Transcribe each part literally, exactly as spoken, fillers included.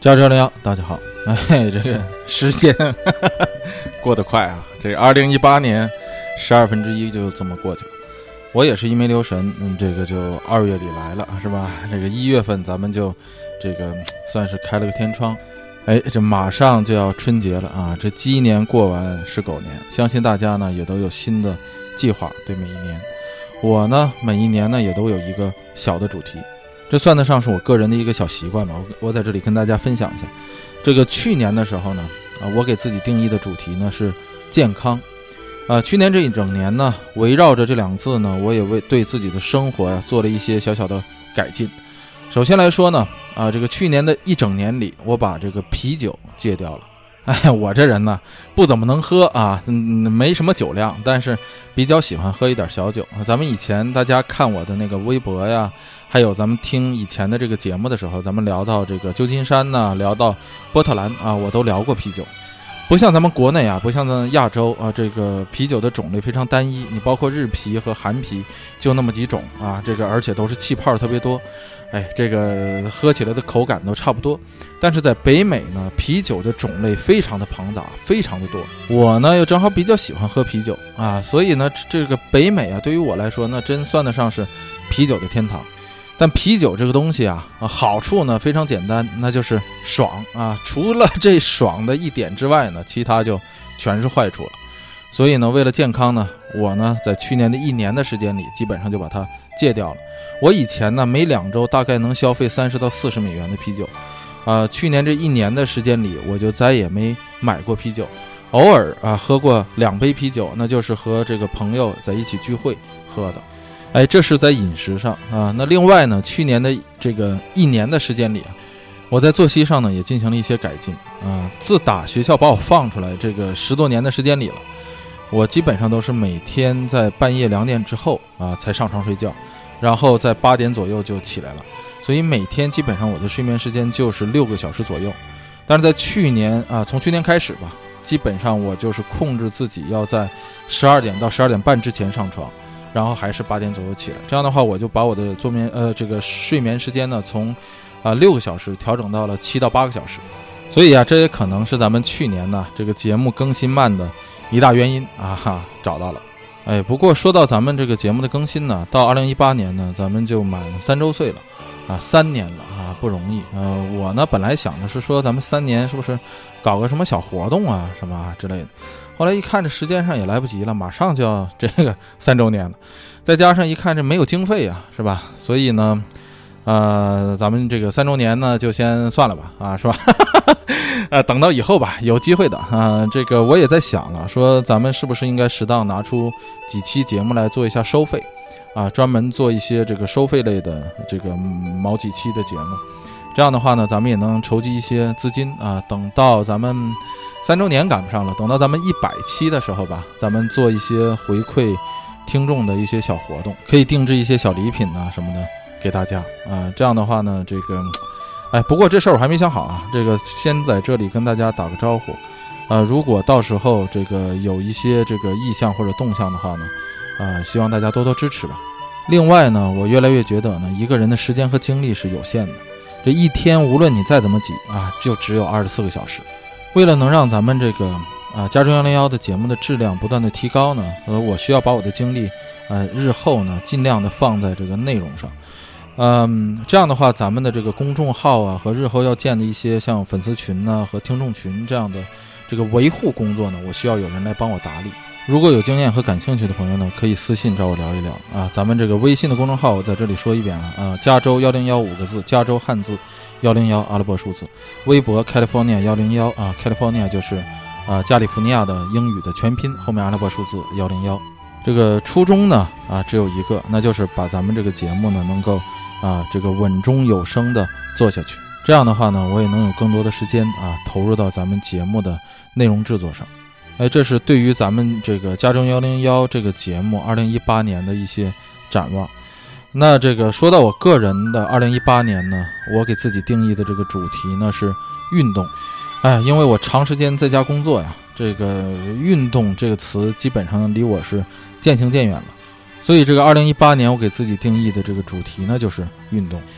加州零幺，大家好。哎，这个时间呵呵过得快啊！这二零一八年十二分之一就这么过去了。我也是一枚留神，嗯，这个就二月里来了，是吧？这个一月份咱们就这个算是开了个天窗。哎，这马上就要春节了啊！这鸡年过完是狗年，相信大家呢也都有新的计划，对每一年。我呢每一年呢也都有一个小的主题。这算得上是我个人的一个小习惯吧，我我在这里跟大家分享一下。这个去年的时候呢，啊，我给自己定义的主题呢是健康。啊，去年这一整年呢，围绕着这两个字呢，我也为对自己的生活呀做了一些小小的改进。首先来说呢，啊，这个去年的一整年里，我把这个啤酒戒掉了。哎，我这人呢不怎么能喝啊，嗯，没什么酒量，但是比较喜欢喝一点小酒。咱们以前大家看我的那个微博呀，还有咱们听以前的这个节目的时候，咱们聊到这个旧金山呢，聊到波特兰啊，我都聊过啤酒。不像咱们国内啊，不像咱们亚洲啊，这个啤酒的种类非常单一，你包括日啤和韩啤就那么几种啊，这个而且都是气泡特别多，哎，这个喝起来的口感都差不多。但是在北美呢，啤酒的种类非常的庞杂，非常的多。我呢又正好比较喜欢喝啤酒啊，所以呢这个北美啊，对于我来说那真算得上是啤酒的天堂。但啤酒这个东西啊，好处呢非常简单，那就是爽啊！除了这爽的一点之外呢，其他就全是坏处了。所以呢，为了健康呢，我呢在去年的一年的时间里，基本上就把它戒掉了。我以前呢每两周大概能消费三十到四十美元的啤酒，啊、呃，去年这一年的时间里，我就再也没买过啤酒，偶尔啊喝过两杯啤酒，那就是和这个朋友在一起聚会喝的。哎，这是在饮食上啊。那另外呢，去年的这个一年的时间里啊，我在作息上呢也进行了一些改进啊。自打学校把我放出来这个十多年的时间里了，我基本上都是每天在半夜两点之后啊才上床睡觉，然后在八点左右就起来了，所以每天基本上我的睡眠时间就是六个小时左右。但是在去年啊，从去年开始吧，基本上我就是控制自己要在十二点到十二点半之前上床。然后还是八点左右起来，这样的话我就把我的坐眠呃这个睡眠时间呢从啊六个小时调整到了七到八个小时，所以啊这也可能是咱们去年呢这个节目更新慢的一大原因啊哈，找到了。哎，不过说到咱们这个节目的更新呢，到二零一八年呢咱们就满三周岁了啊，三年了啊，不容易。呃，我呢本来想的是说咱们三年是不是搞个什么小活动啊什么啊之类的。后来一看这时间上也来不及了，马上就要这个三周年了，再加上一看这没有经费啊，是吧？所以呢，呃，咱们这个三周年呢就先算了吧，啊，是吧？呃，等到以后吧，有机会的啊。这个我也在想了，说咱们是不是应该适当拿出几期节目来做一下收费，啊，专门做一些这个收费类的这个某几期的节目。这样的话呢，咱们也能筹集一些资金啊，等到咱们三周年赶不上了，等到咱们一百期的时候吧，咱们做一些回馈听众的一些小活动，可以定制一些小礼品啊什么的给大家啊。这样的话呢，这个，哎，不过这事儿我还没想好啊，这个先在这里跟大家打个招呼啊。如果到时候这个有一些这个意向或者动向的话呢，啊，希望大家多多支持吧。另外呢，我越来越觉得呢，一个人的时间和精力是有限的，这一天无论你再怎么挤啊，就只有二十四个小时。为了能让咱们这个啊加州一零一的节目的质量不断的提高呢，呃，我需要把我的精力，呃，日后呢尽量的放在这个内容上，嗯，这样的话，咱们的这个公众号啊和日后要建的一些像粉丝群呢、啊、和听众群这样的这个维护工作呢，我需要有人来帮我打理。如果有经验和感兴趣的朋友呢，可以私信找我聊一聊啊。咱们这个微信的公众号我在这里说一遍啊，啊，加州一零一五个字，加州汉字一零一阿拉伯数字。微博 California 一零一啊 ，California 就是啊加利福尼亚的英语的全拼，后面阿拉伯数字一零一。这个初衷呢啊只有一个，那就是把咱们这个节目呢能够啊这个稳中有声的做下去。这样的话呢，我也能有更多的时间啊投入到咱们节目的内容制作上。哎，这是对于咱们这个加州一零一这个节目二零一八年的一些展望。那这个说到我个人的二零一八年呢，我给自己定义的这个主题呢是运动。哎，因为我长时间在家工作呀，这个运动这个词基本上离我是渐行渐远了，所以这个二零一八年我给自己定义的这个主题呢就是运动。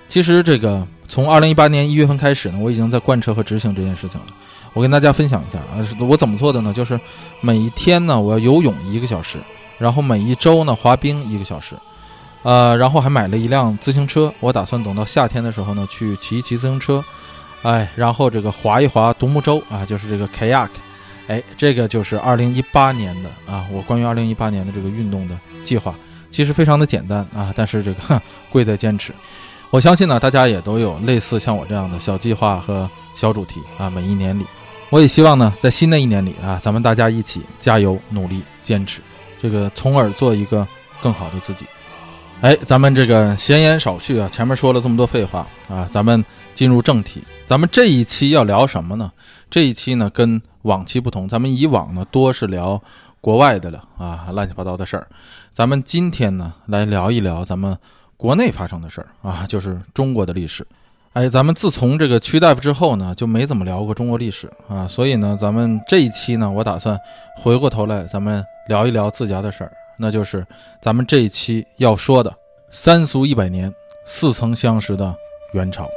其实这个从二零一八年一月份开始呢，我已经在贯彻和执行这件事情了。我跟大家分享一下啊，我怎么做的呢？就是每一天呢，我要游泳一个小时，然后每一周呢滑冰一个小时，呃，然后还买了一辆自行车，我打算等到夏天的时候呢去骑一骑自行车，哎，然后这个划一划独木舟啊，就是这个 kayak， 哎，这个就是二零一八年的啊，我关于二零一八年的这个运动的计划，其实非常的简单啊，但是这个贵在坚持。我相信呢，大家也都有类似像我这样的小计划和小主题啊，每一年里。我也希望呢，在新的一年里啊，咱们大家一起加油、努力、坚持，这个从而做一个更好的自己。哎，咱们这个闲言少叙啊，前面说了这么多废话啊，咱们进入正题。咱们这一期要聊什么呢？这一期呢跟往期不同，咱们以往呢多是聊国外的了啊，乱七八糟的事儿。咱们今天呢来聊一聊咱们国内发生的事儿啊，就是中国的历史。哎，咱们自从这个屈大夫之后呢，就没怎么聊过中国历史啊，所以呢，咱们这一期呢，我打算回过头来，咱们聊一聊自家的事儿，那就是咱们这一期要说的三俗一百年，似曾相识的元朝。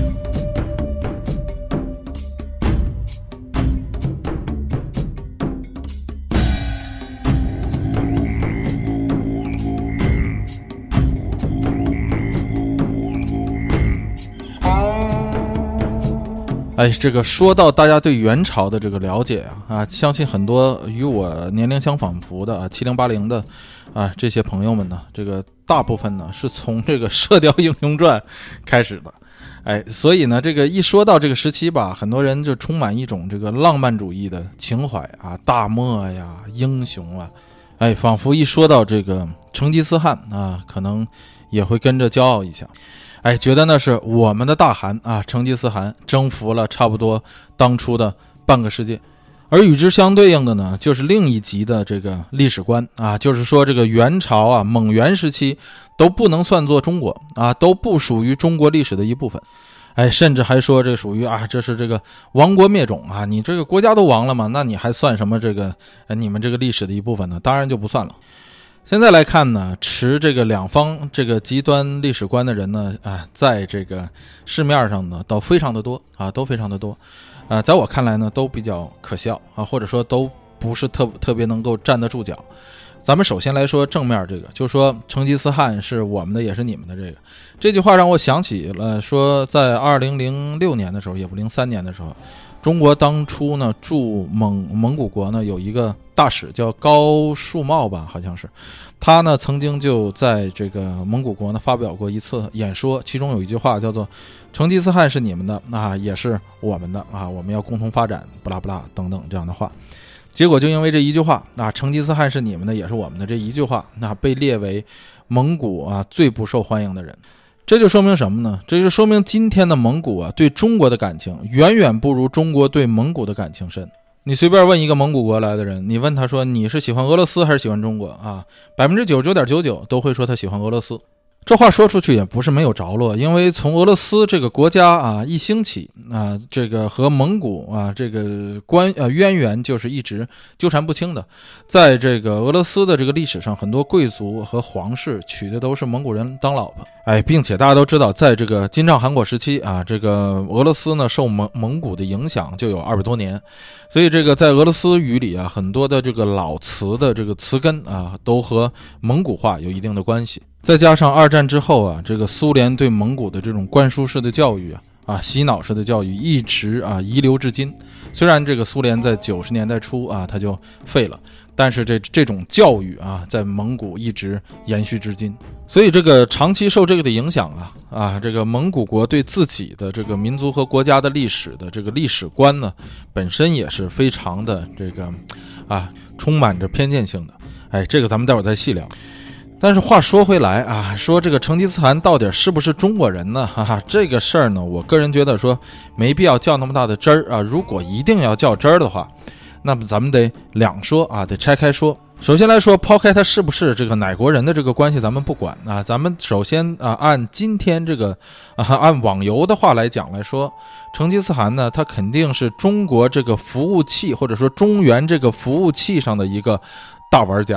哎，这个说到大家对元朝的这个了解啊，啊，相信很多与我年龄相仿佛的啊，七零八零的啊这些朋友们呢，这个大部分呢是从这个《射雕英雄传》开始的，哎，所以呢，这个一说到这个时期吧，很多人就充满一种这个浪漫主义的情怀啊，大漠呀，英雄啊，哎，仿佛一说到这个成吉思汗啊，可能也会跟着骄傲一下。哎，觉得那是我们的大汗啊，成吉思汗征服了差不多当初的半个世界。而与之相对应的呢，就是另一级的这个历史观啊，就是说这个元朝啊，蒙元时期都不能算作中国啊，都不属于中国历史的一部分。哎，甚至还说这属于啊，这是这个亡国灭种啊，你这个国家都亡了嘛，那你还算什么这个呃你们这个历史的一部分呢？当然就不算了。现在来看呢，持这个两方这个极端历史观的人呢，啊，在这个市面上呢，都非常的多啊，都非常的多，啊，在我看来呢，都比较可笑啊，或者说都不是特特别能够站得住脚。咱们首先来说正面这个，就是说成吉思汗是我们的，也是你们的。这个这句话让我想起了说，在二零零六年的时候，也不零三年的时候，中国当初呢驻蒙蒙古国呢有一个大使叫高树茂吧，好像是他呢曾经就在这个蒙古国呢发表过一次演说，其中有一句话叫做成吉思汗是你们的啊，也是我们的啊，我们要共同发展不拉不拉等等这样的话。结果就因为这一句话啊，成吉思汗是你们的也是我们的这一句话，那被列为蒙古啊最不受欢迎的人。这就说明什么呢？这就说明今天的蒙古啊对中国的感情远远不如中国对蒙古的感情深。你随便问一个蒙古国来的人，你问他说你是喜欢俄罗斯还是喜欢中国啊， 百分之九十九点九九 都会说他喜欢俄罗斯。这话说出去也不是没有着落，因为从俄罗斯这个国家啊一兴起啊，这个和蒙古啊这个关呃渊源就是一直纠缠不清的。在这个俄罗斯的这个历史上，很多贵族和皇室娶的都是蒙古人当老婆。哎，并且大家都知道，在这个金帐汗国时期啊，这个俄罗斯呢受蒙蒙古的影响就有二百多年，所以这个在俄罗斯语里啊，很多的这个老词的这个词根啊，都和蒙古话有一定的关系。再加上二战之后啊，这个苏联对蒙古的这种灌输式的教育啊，啊洗脑式的教育一直啊遗留至今。虽然这个苏联在九十年代初啊它就废了，但是这这种教育啊在蒙古一直延续至今。所以这个长期受这个的影响啊啊这个蒙古国对自己的这个民族和国家的历史的这个历史观呢，本身也是非常的这个啊充满着偏见性的。哎，这个咱们待会儿再细聊。但是话说回来啊，说这个成吉思汗到底是不是中国人呢？哈哈，这个事儿呢，我个人觉得说没必要较那么大的真儿啊。如果一定要较真儿的话，那么咱们得两说啊，得拆开说。首先来说，抛开他是不是这个哪国人的这个关系，咱们不管啊。咱们首先啊，按今天这个啊，按网游的话来讲来说，成吉思汗呢，他肯定是中国这个服务器或者说中原这个服务器上的一个大玩家。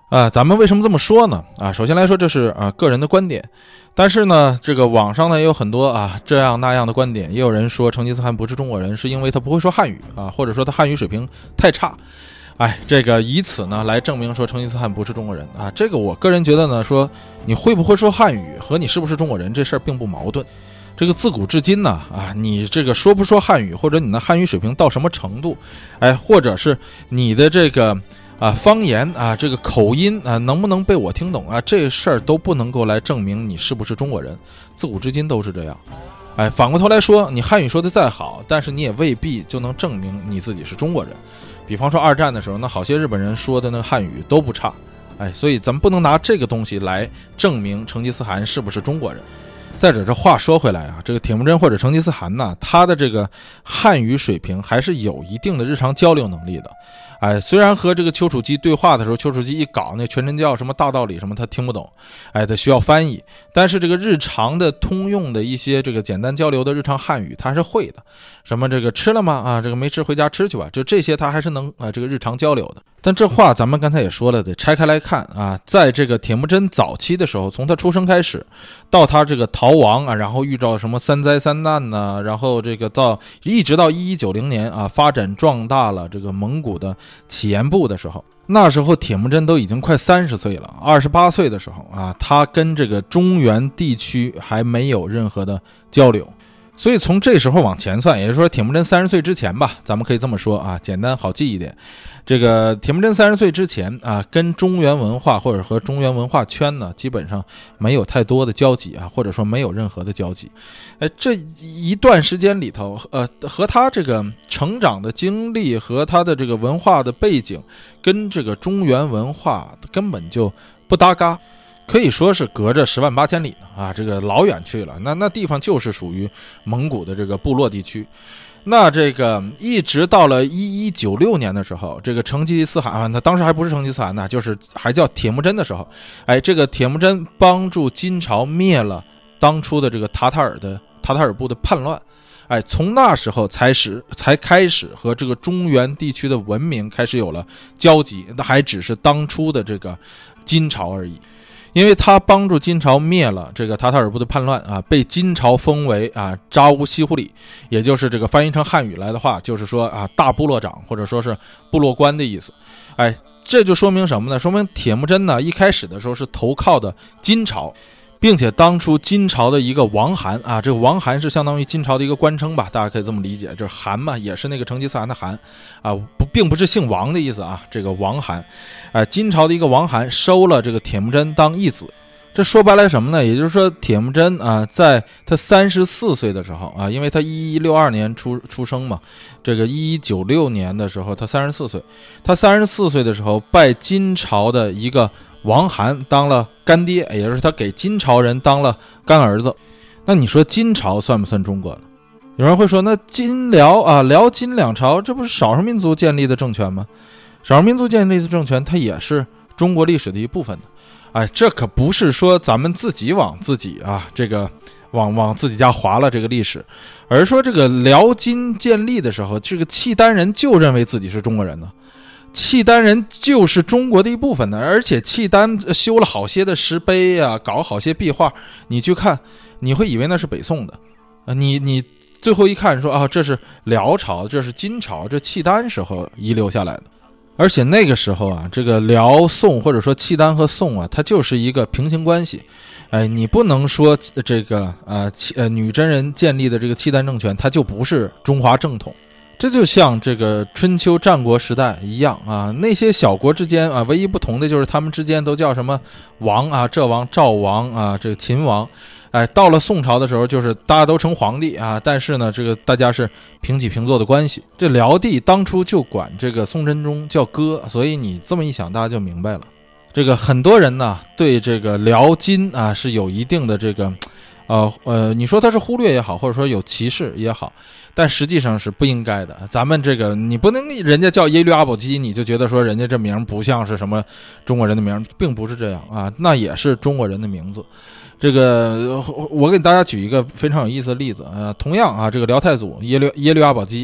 啊，咱们为什么这么说呢？啊，首先来说这是啊个人的观点，但是呢，这个网上呢也有很多啊这样那样的观点，也有人说成吉思汗不是中国人，是因为他不会说汉语啊，或者说他汉语水平太差。哎，这个以此呢来证明说成吉思汗不是中国人啊，这个我个人觉得呢，说你会不会说汉语和你是不是中国人这事儿并不矛盾。这个自古至今呢，啊，你这个说不说汉语，或者你的汉语水平到什么程度，哎，或者是你的这个。啊，方言啊，这个口音啊，能不能被我听懂啊？这事儿都不能够来证明你是不是中国人，自古至今都是这样。哎，反过头来说，你汉语说的再好，但是你也未必就能证明你自己是中国人。比方说二战的时候，那好些日本人说的那个汉语都不差，哎，所以咱们不能拿这个东西来证明成吉思汗是不是中国人。再者，这话说回来啊，这个铁木真或者成吉思汗呢，他的这个汉语水平还是有一定的日常交流能力的。哎，虽然和这个丘处机对话的时候，丘处机一搞那全真教什么大道理什么他听不懂，哎，他需要翻译，但是这个日常的通用的一些这个简单交流的日常汉语他还是会的。什么这个吃了吗？啊，这个没吃回家吃去吧，就这些他还是能啊这个日常交流的。但这话咱们刚才也说了，得拆开来看啊，在这个铁木真早期的时候，从他出生开始到他这个逃亡啊，然后遇到什么三灾三难呢，然后这个到一直到一一九零年啊，发展壮大了这个蒙古的乞颜部的时候，那时候铁木真都已经快三十岁了，二十八岁的时候啊，他跟这个中原地区还没有任何的交流。所以从这时候往前算，也就是说铁木真三十岁之前吧，咱们可以这么说啊，简单好记一点。这个铁木真三十岁之前啊，跟中原文化或者和中原文化圈呢，基本上没有太多的交集啊，或者说没有任何的交集。哎，这一段时间里头，呃，和他这个成长的经历和他的这个文化的背景，跟这个中原文化根本就不搭嘎。可以说是隔着十万八千里呢啊，这个老远去了。那那地方就是属于蒙古的这个部落地区。那这个一直到了一一九六年的时候，这个成吉思汗啊，那当时还不是成吉思汗呢，就是还叫铁木真的时候，哎，这个铁木真帮助金朝灭了当初的这个塔塔尔的塔塔尔部的叛乱。哎，从那时候才始才开始和这个中原地区的文明开始有了交集，那还只是当初的这个金朝而已。因为他帮助金朝灭了这个塔塔尔部的叛乱啊，被金朝封为啊扎乌西忽里，也就是这个翻译成汉语来的话，就是说啊大部落长或者说是部落官的意思。哎，这就说明什么呢？说明铁木真呢一开始的时候是投靠的金朝，并且当初金朝的一个王韩啊，这个王韩是相当于金朝的一个官称吧，大家可以这么理解，这韩嘛也是那个成吉思汗的汗啊，不并不是姓王的意思啊，这个王韩，哎、呃，金朝的一个王韩收了这个铁木真当义子。这说白了什么呢？也就是说铁木真啊，在他三十四岁的时候啊，因为他一一六二年出出生嘛，这个一一九六年的时候他三十四岁，他三十四岁的时候拜金朝的一个王韩当了干爹，也就是他给金朝人当了干儿子。那你说金朝算不算中国呢？有人会说，那金辽啊，辽金两朝，这不是少数民族建立的政权吗？少数民族建立的政权，它也是中国历史的一部分的。哎，这可不是说咱们自己往自己啊，这个往往自己家划了这个历史，而是说这个辽金建立的时候，这个契丹人就认为自己是中国人呢。契丹人就是中国的一部分的，而且契丹修了好些的石碑啊，搞好些壁画，你去看，你会以为那是北宋的，啊，你你最后一看说啊，这是辽朝，这是金朝，这契丹时候遗留下来的。而且那个时候啊，这个辽宋或者说契丹和宋啊，它就是一个平行关系。哎，你不能说这个呃呃女真人建立的这个契丹政权，它就不是中华正统。这就像这个春秋战国时代一样啊，那些小国之间啊，唯一不同的就是他们之间都叫什么王啊，这王、赵王啊，这个秦王。哎，到了宋朝的时候，就是大家都成皇帝啊，但是呢，这个大家是平起平坐的关系。这辽帝当初就管这个宋真宗叫哥，所以你这么一想，大家就明白了。这个很多人呢，对这个辽金啊是有一定的这个，呃呃，你说他是忽略也好，或者说有歧视也好，但实际上是不应该的。咱们这个你不能人家叫耶律阿保机，你就觉得说人家这名不像是什么中国人的名，并不是这样啊，那也是中国人的名字。这个我给大家举一个非常有意思的例子，呃，同样啊，这个辽太祖耶律耶律阿保机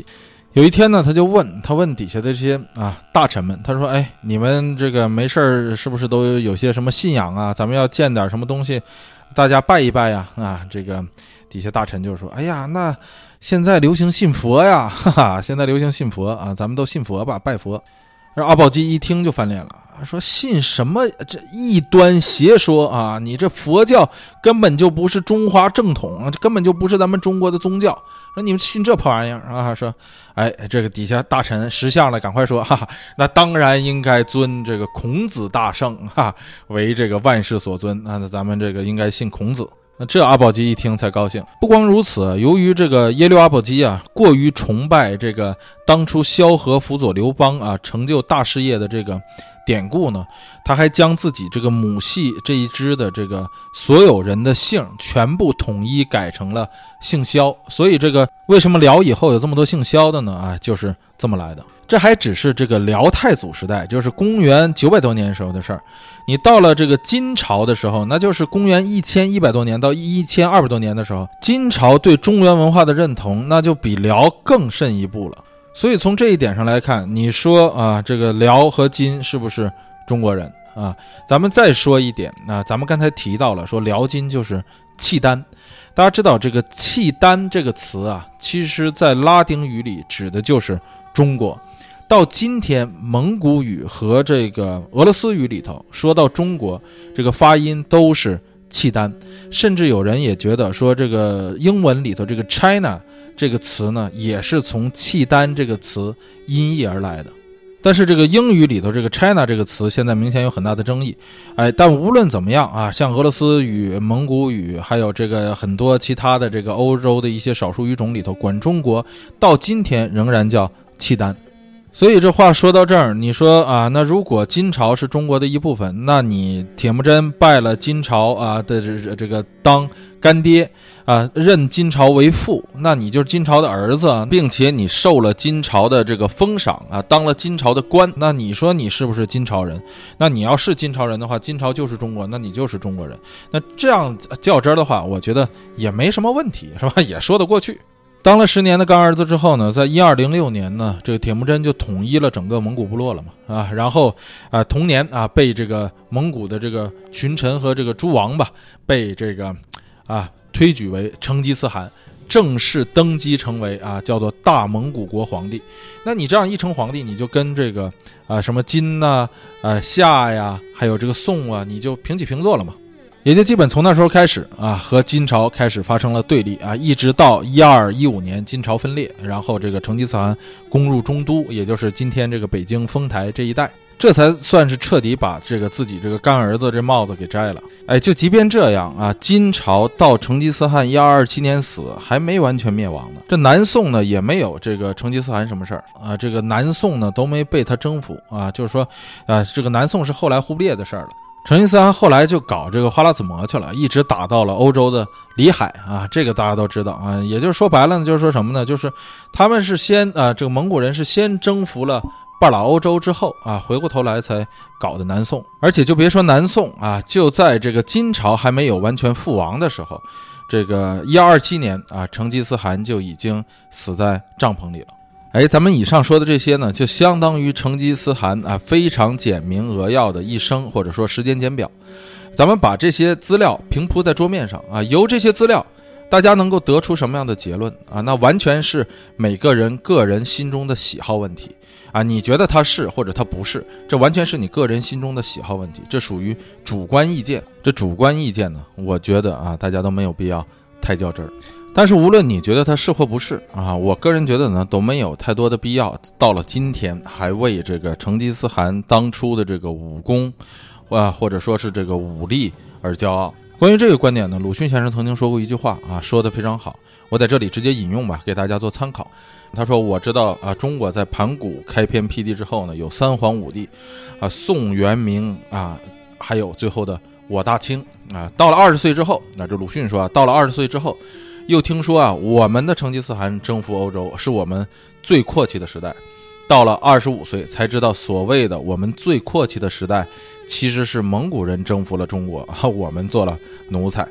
有一天呢，他就问他问底下的这些啊大臣们，他说：“哎，你们这个没事是不是都有些什么信仰啊？咱们要建点什么东西，大家拜一拜呀？”啊，这个底下大臣就说：“哎呀，那现在流行信佛呀，哈哈，现在流行信佛啊，咱们都信佛吧，拜佛。”而阿保机一听就翻脸了，说信什么这异端邪说啊！你这佛教根本就不是中华正统啊，这根本就不是咱们中国的宗教。说你们信这破玩意儿啊！说，哎，这个底下大臣识相了，赶快说，哈哈，那当然应该尊这个孔子大圣哈为这个万世所尊啊，那咱们这个应该信孔子。这阿保机一听才高兴。不光如此，由于这个耶律阿保机啊过于崇拜这个当初萧何辅佐刘邦啊成就大事业的这个典故呢，他还将自己这个母系这一支的这个所有人的姓全部统一改成了姓萧。所以这个为什么辽以后有这么多姓萧的呢？啊，就是这么来的。这还只是这个辽太祖时代，就是公元九百多年时候的事儿。你到了这个金朝的时候，那就是公元一千一百多年到一千二百多年的时候，金朝对中原文化的认同那就比辽更甚一步了。所以从这一点上来看，你说啊，这个辽和金是不是中国人啊？咱们再说一点啊，咱们刚才提到了说辽金就是契丹。大家知道这个契丹这个词啊，其实在拉丁语里指的就是中国。到今天蒙古语和这个俄罗斯语里头说到中国，这个发音都是契丹，甚至有人也觉得说这个英文里头这个 China 这个词呢也是从契丹这个词音译而来的。但是这个英语里头这个 China 这个词现在明显有很大的争议。哎，但无论怎么样啊，像俄罗斯语、蒙古语还有这个很多其他的这个欧洲的一些少数语种里头，管中国到今天仍然叫契丹。所以这话说到这儿，你说啊，那如果金朝是中国的一部分，那你铁木真拜了金朝啊的这个当干爹啊，认金朝为父，那你就是金朝的儿子，并且你受了金朝的这个封赏啊，当了金朝的官，那你说你是不是金朝人？那你要是金朝人的话，金朝就是中国，那你就是中国人。那这样较真的话，我觉得也没什么问题，是吧？也说得过去。当了十年的干儿子之后呢，在一二零六年呢，这个铁木真就统一了整个蒙古部落了嘛，啊，然后啊同年啊被这个蒙古的这个群臣和这个诸王吧，被这个啊推举为成吉思汗，正式登基成为啊叫做大蒙古国皇帝。那你这样一称皇帝，你就跟这个啊什么金呐、啊、啊夏呀，还有这个宋啊，你就平起平坐了嘛。也就基本从那时候开始啊，和金朝开始发生了对立啊，一直到一二一五年金朝分裂，然后这个成吉思汗攻入中都，也就是今天这个北京丰台这一带，这才算是彻底把这个自己这个干儿子这帽子给摘了。哎，就即便这样啊，金朝到成吉思汗一二二七年死还没完全灭亡呢。这南宋呢也没有这个成吉思汗什么事儿啊，这个南宋呢都没被他征服啊，就是说啊，这个南宋是后来忽必烈的事儿了。成吉思汗后来就搞这个花剌子模去了，一直打到了欧洲的里海啊，这个大家都知道啊。也就是说白了呢，就是说什么呢？就是他们是先啊，这个蒙古人是先征服了半拉欧洲之后啊，回过头来才搞的南宋。而且就别说南宋啊，就在这个金朝还没有完全覆亡的时候，这个一二二七年啊，成吉思汗就已经死在帐篷里了。哎，咱们以上说的这些呢，就相当于成吉思汗啊非常简明扼要的一生，或者说时间简表。咱们把这些资料平铺在桌面上啊，由这些资料大家能够得出什么样的结论啊？那完全是每个人个人心中的喜好问题啊。你觉得他是或者他不是，这完全是你个人心中的喜好问题，这属于主观意见。这主观意见呢，我觉得啊，大家都没有必要太较真儿。但是无论你觉得他是或不是啊，我个人觉得呢，都没有太多的必要到了今天还为这个成吉思汗当初的这个武功啊，或者说是这个武力而骄傲。关于这个观点呢，鲁迅先生曾经说过一句话啊，说得非常好，我在这里直接引用吧，给大家做参考。他说，我知道啊，中国在盘古开篇辟地之后呢，有三皇五帝啊，宋元明啊，还有最后的我大清啊。到了二十岁之后，那这鲁迅说啊，到了二十岁之后又听说啊，我们的成吉思汗征服欧洲是我们最阔气的时代。到了二十五岁才知道，所谓的我们最阔气的时代其实是蒙古人征服了中国，我们做了奴才。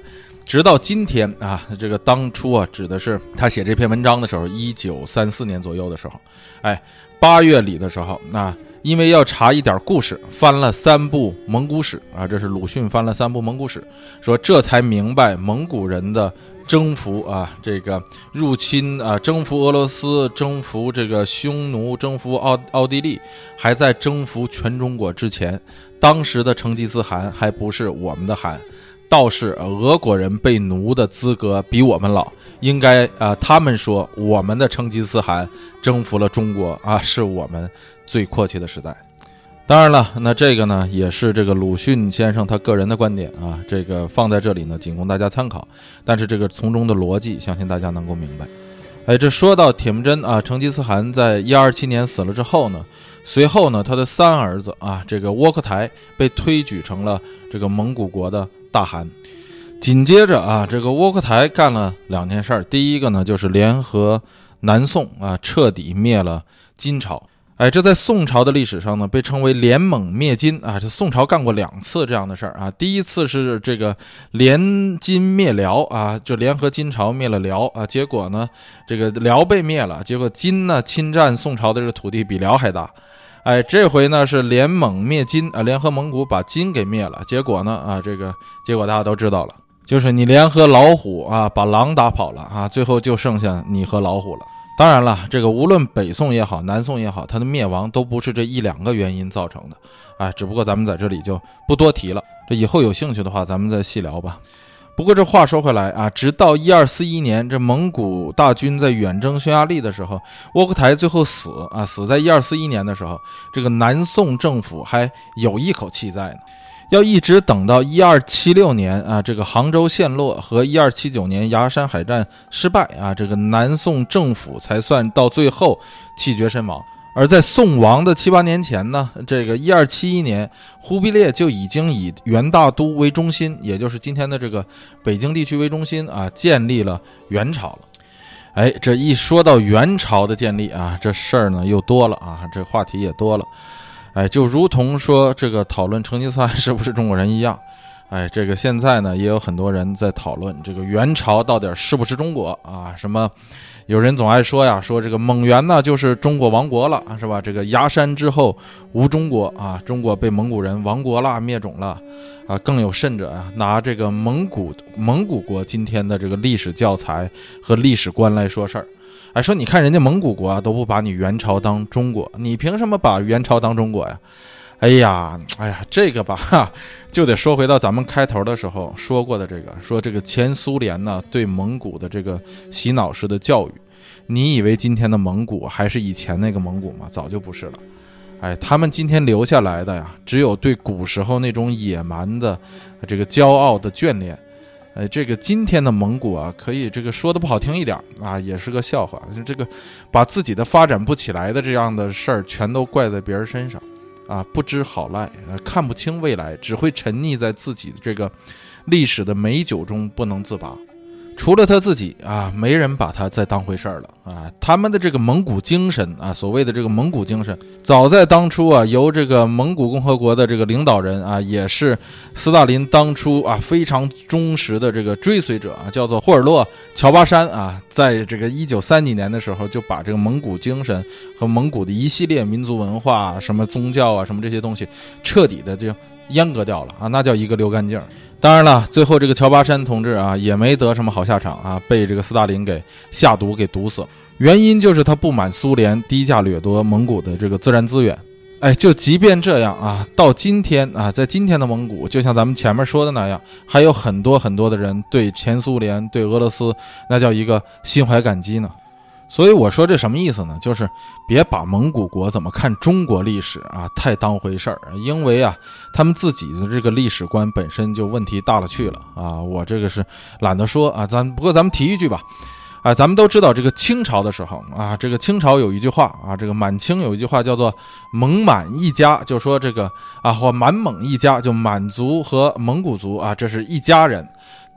直到今天啊，这个当初啊，指的是他写这篇文章的时候，一九三四年左右的时候，哎，八月里的时候，啊，因为要查一点故事，翻了三部蒙古史啊，这是鲁迅翻了三部蒙古史，说这才明白蒙古人的征服啊，这个入侵啊，征服俄罗斯，征服这个匈奴，征服奥奥地利，还在征服全中国之前，当时的成吉思汗还不是我们的汗。倒是俄国人被奴的资格比我们老，应该啊、呃，他们说我们的成吉思汗征服了中国啊，是我们最阔气的时代。当然了，那这个呢也是这个鲁迅先生他个人的观点啊，这个放在这里呢仅供大家参考，但是这个从中的逻辑相信大家能够明白。哎，这说到铁木真啊，成吉思汗在一二七年死了之后呢，随后呢他的三儿子啊，这个窝阔台被推举成了这个蒙古国的大汗。紧接着啊，这个窝阔台干了两件事儿，第一个呢就是联合南宋啊，彻底灭了金朝。哎，这在宋朝的历史上呢，被称为联蒙灭金啊。这宋朝干过两次这样的事儿啊。第一次是这个联金灭辽啊，就联合金朝灭了辽啊。结果呢，这个辽被灭了，结果金呢侵占宋朝的这个土地比辽还大。哎，这回呢是联蒙灭金啊，联合蒙古把金给灭了。结果呢啊，这个结果大家都知道了，就是你联合老虎啊，把狼打跑了啊，最后就剩下你和老虎了。当然了，这个无论北宋也好，南宋也好，它的灭亡都不是这一两个原因造成的，哎，只不过咱们在这里就不多提了，这以后有兴趣的话，咱们再细聊吧。不过这话说回来啊，直到一二四一年，这蒙古大军在远征匈牙利的时候，窝阔台最后死啊，死在一二四一年的时候，这个南宋政府还有一口气在呢。要一直等到一二七六年啊，这个杭州陷落和一二七九年崖山海战失败啊，这个南宋政府才算到最后气绝身亡。而在宋亡的七八年前呢，这个一二七一年，忽必烈就已经以元大都为中心，也就是今天的这个北京地区为中心啊，建立了元朝了。哎，这一说到元朝的建立啊，这事儿呢又多了啊，这话题也多了。哎，就如同说这个讨论成吉思汗是不是中国人一样，哎，这个现在呢也有很多人在讨论这个元朝到底是不是中国啊？什么有人总爱说呀，说这个蒙元呢就是中国亡国了，是吧？这个崖山之后无中国啊，中国被蒙古人亡国了，灭种了啊。更有甚者啊，拿这个蒙古蒙古国今天的这个历史教材和历史观来说事儿。哎，说你看人家蒙古国啊都不把你元朝当中国，你凭什么把元朝当中国呀？哎呀，哎呀，这个吧，哈，就得说回到咱们开头的时候说过的这个，说这个前苏联呢对蒙古的这个洗脑式的教育，你以为今天的蒙古还是以前那个蒙古吗？早就不是了。哎，他们今天留下来的呀，只有对古时候那种野蛮的这个骄傲的眷恋。哎，这个今天的蒙古啊，可以这个说的不好听一点啊，也是个笑话。就这个把自己的发展不起来的这样的事儿，全都怪在别人身上，啊，不知好赖，啊，看不清未来，只会沉溺在自己的这个历史的美酒中不能自拔。除了他自己啊，没人把他再当回事儿了啊！他们的这个蒙古精神啊，所谓的这个蒙古精神，早在当初啊，由这个蒙古共和国的这个领导人啊，也是斯大林当初啊非常忠实的这个追随者啊，叫做霍尔洛·乔巴山啊，在这个一九三几年的时候，就把这个蒙古精神和蒙古的一系列民族文化、什么宗教啊、什么这些东西，彻底的就阉割掉了啊，那叫一个溜干净。当然了，最后这个乔巴山同志啊，也没得什么好下场啊，被这个斯大林给下毒给毒死了。原因就是他不满苏联低价掠夺蒙古的这个自然资源。哎，就即便这样啊，到今天啊，在今天的蒙古，就像咱们前面说的那样，还有很多很多的人对前苏联、对俄罗斯，那叫一个心怀感激呢。所以我说这什么意思呢？就是别把蒙古国怎么看中国历史啊太当回事儿，因为啊他们自己的这个历史观本身就问题大了去了啊。我这个是懒得说啊，咱不过咱们提一句吧，啊，咱们都知道这个清朝的时候啊，这个清朝有一句话啊，这个满清有一句话叫做蒙满一家，就说这个啊或满蒙一家，就满族和蒙古族啊，这是一家人。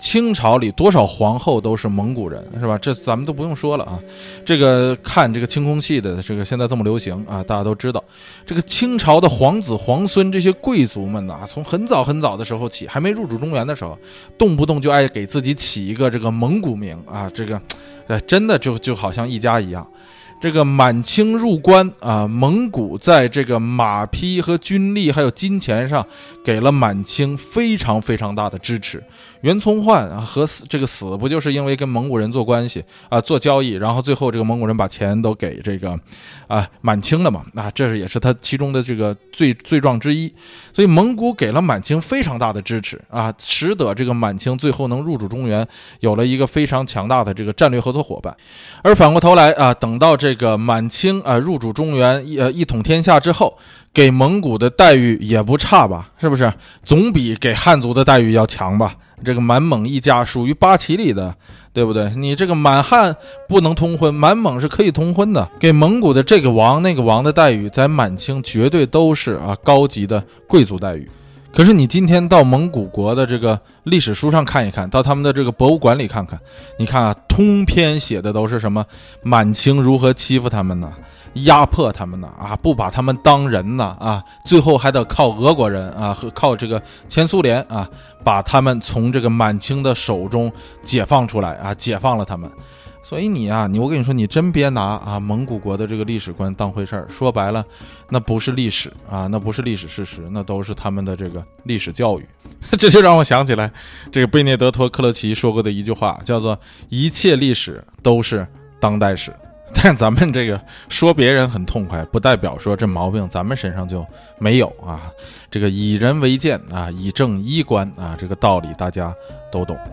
清朝里多少皇后都是蒙古人，是吧？这咱们都不用说了啊。这个看这个清空戏的，这个现在这么流行啊，大家都知道，这个清朝的皇子皇孙这些贵族们呐、啊，从很早很早的时候起，还没入主中原的时候，动不动就爱给自己起一个这个蒙古名啊，这个，呃，真的就就好像一家一样。这个满清入关啊，蒙古在这个马匹和军力还有金钱上给了满清非常非常大的支持。袁崇焕啊和死这个死不就是因为跟蒙古人做关系啊做交易，然后最后这个蒙古人把钱都给这个啊满清了嘛？啊，这也是他其中的这个罪罪状之一。所以蒙古给了满清非常大的支持啊，使得这个满清最后能入主中原，有了一个非常强大的这个战略合作伙伴。而反过头来啊，等到这个满清啊入主中原，呃一统天下之后，给蒙古的待遇也不差吧？是不是？总比给汉族的待遇要强吧？这个满蒙一家属于八旗里的，对不对？你这个满汉不能通婚，满蒙是可以通婚的。给蒙古的这个王那个王的待遇，在满清绝对都是啊高级的贵族待遇。可是你今天到蒙古国的这个历史书上看一看，到他们的这个博物馆里看看，你看啊，通篇写的都是什么满清如何欺负他们呢，压迫他们呢啊，不把他们当人呢啊，最后还得靠俄国人啊和靠这个前苏联啊，把他们从这个满清的手中解放出来啊，解放了他们。所以你啊，你我跟你说，你真别拿啊蒙古国的这个历史观当回事儿。说白了，那不是历史啊，那不是历史事实，那都是他们的这个历史教育。这就让我想起来这个贝涅德托·克勒齐说过的一句话，叫做“一切历史都是当代史”。但咱们这个说别人很痛快，不代表说这毛病咱们身上就没有啊。这个以人为鉴啊，以正衣冠啊，这个道理大家都懂。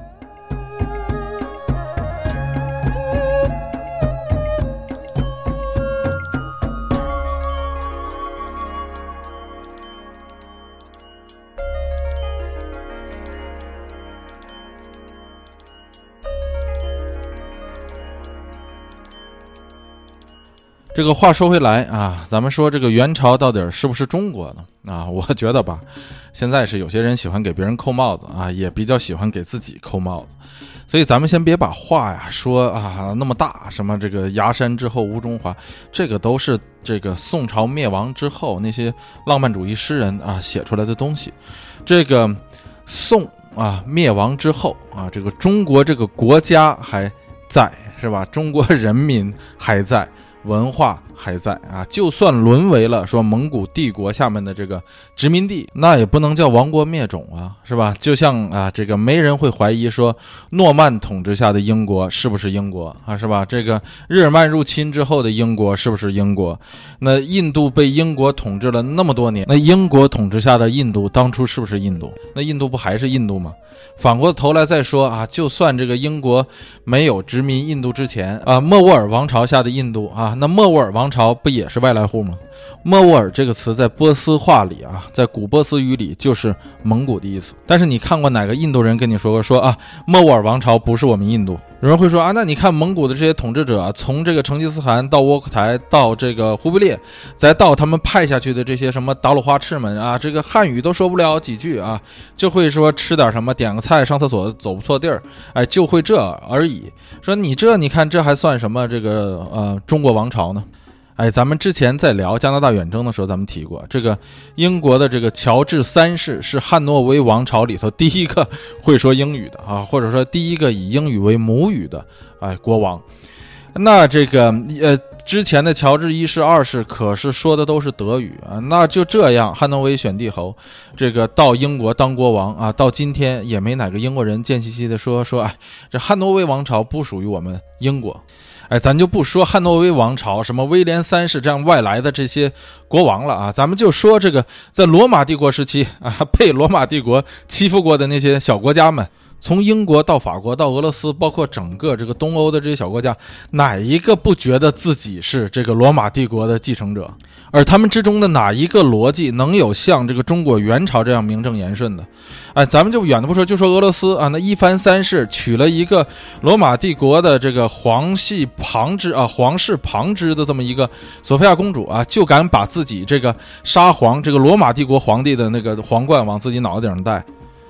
这个话说回来啊，咱们说这个元朝到底是不是中国呢？啊，我觉得吧，现在是有些人喜欢给别人扣帽子啊，也比较喜欢给自己扣帽子。所以咱们先别把话呀说啊那么大，什么这个崖山之后无中华，这个都是这个宋朝灭亡之后那些浪漫主义诗人啊写出来的东西。这个宋啊灭亡之后啊，这个中国这个国家还在，是吧？中国人民还在，文化还在啊，就算沦为了说蒙古帝国下面的这个殖民地，那也不能叫亡国灭种啊，是吧？就像啊，这个没人会怀疑说诺曼统治下的英国是不是英国啊，是吧？这个日耳曼入侵之后的英国是不是英国？那印度被英国统治了那么多年，那英国统治下的印度当初是不是印度？那印度不还是印度吗？反过头来再说啊，就算这个英国没有殖民印度之前啊，莫卧儿王朝下的印度啊，那莫卧儿王朝不也是外来户吗？莫卧儿这个词在波斯话里啊，在古波斯语里就是蒙古的意思。但是你看过哪个印度人跟你说过说啊，莫卧儿王朝不是我们印度？有人会说啊，那你看蒙古的这些统治者啊，从这个成吉思汗到窝阔台到这个忽必烈，再到他们派下去的这些什么达鲁花赤们啊，这个汉语都说不了几句啊，就会说吃点什么，点个菜，上厕所走不错地儿，哎，就会这而已。说你这你看这还算什么这个呃中国王朝呢？哎，咱们之前在聊加拿大远征的时候，咱们提过，这个英国的这个乔治三世是汉诺威王朝里头第一个会说英语的啊，或者说第一个以英语为母语的哎国王。那这个呃之前的乔治一世、二世可是说的都是德语啊。那就这样，汉诺威选帝侯，这个到英国当国王啊，到今天也没哪个英国人贱兮兮的说说，哎，这汉诺威王朝不属于我们英国。哎，咱就不说汉诺威王朝什么威廉三世这样外来的这些国王了啊，咱们就说这个在罗马帝国时期啊，被罗马帝国欺负过的那些小国家们，从英国到法国到俄罗斯，包括整个这个东欧的这些小国家，哪一个不觉得自己是这个罗马帝国的继承者？而他们之中的哪一个逻辑能有像这个中国元朝这样名正言顺的？哎，咱们就远的不说，就说俄罗斯啊，那伊凡三世娶了一个罗马帝国的这个皇系旁支啊，皇室旁支的这么一个索菲亚公主啊，就敢把自己这个沙皇这个罗马帝国皇帝的那个皇冠往自己脑袋顶上戴。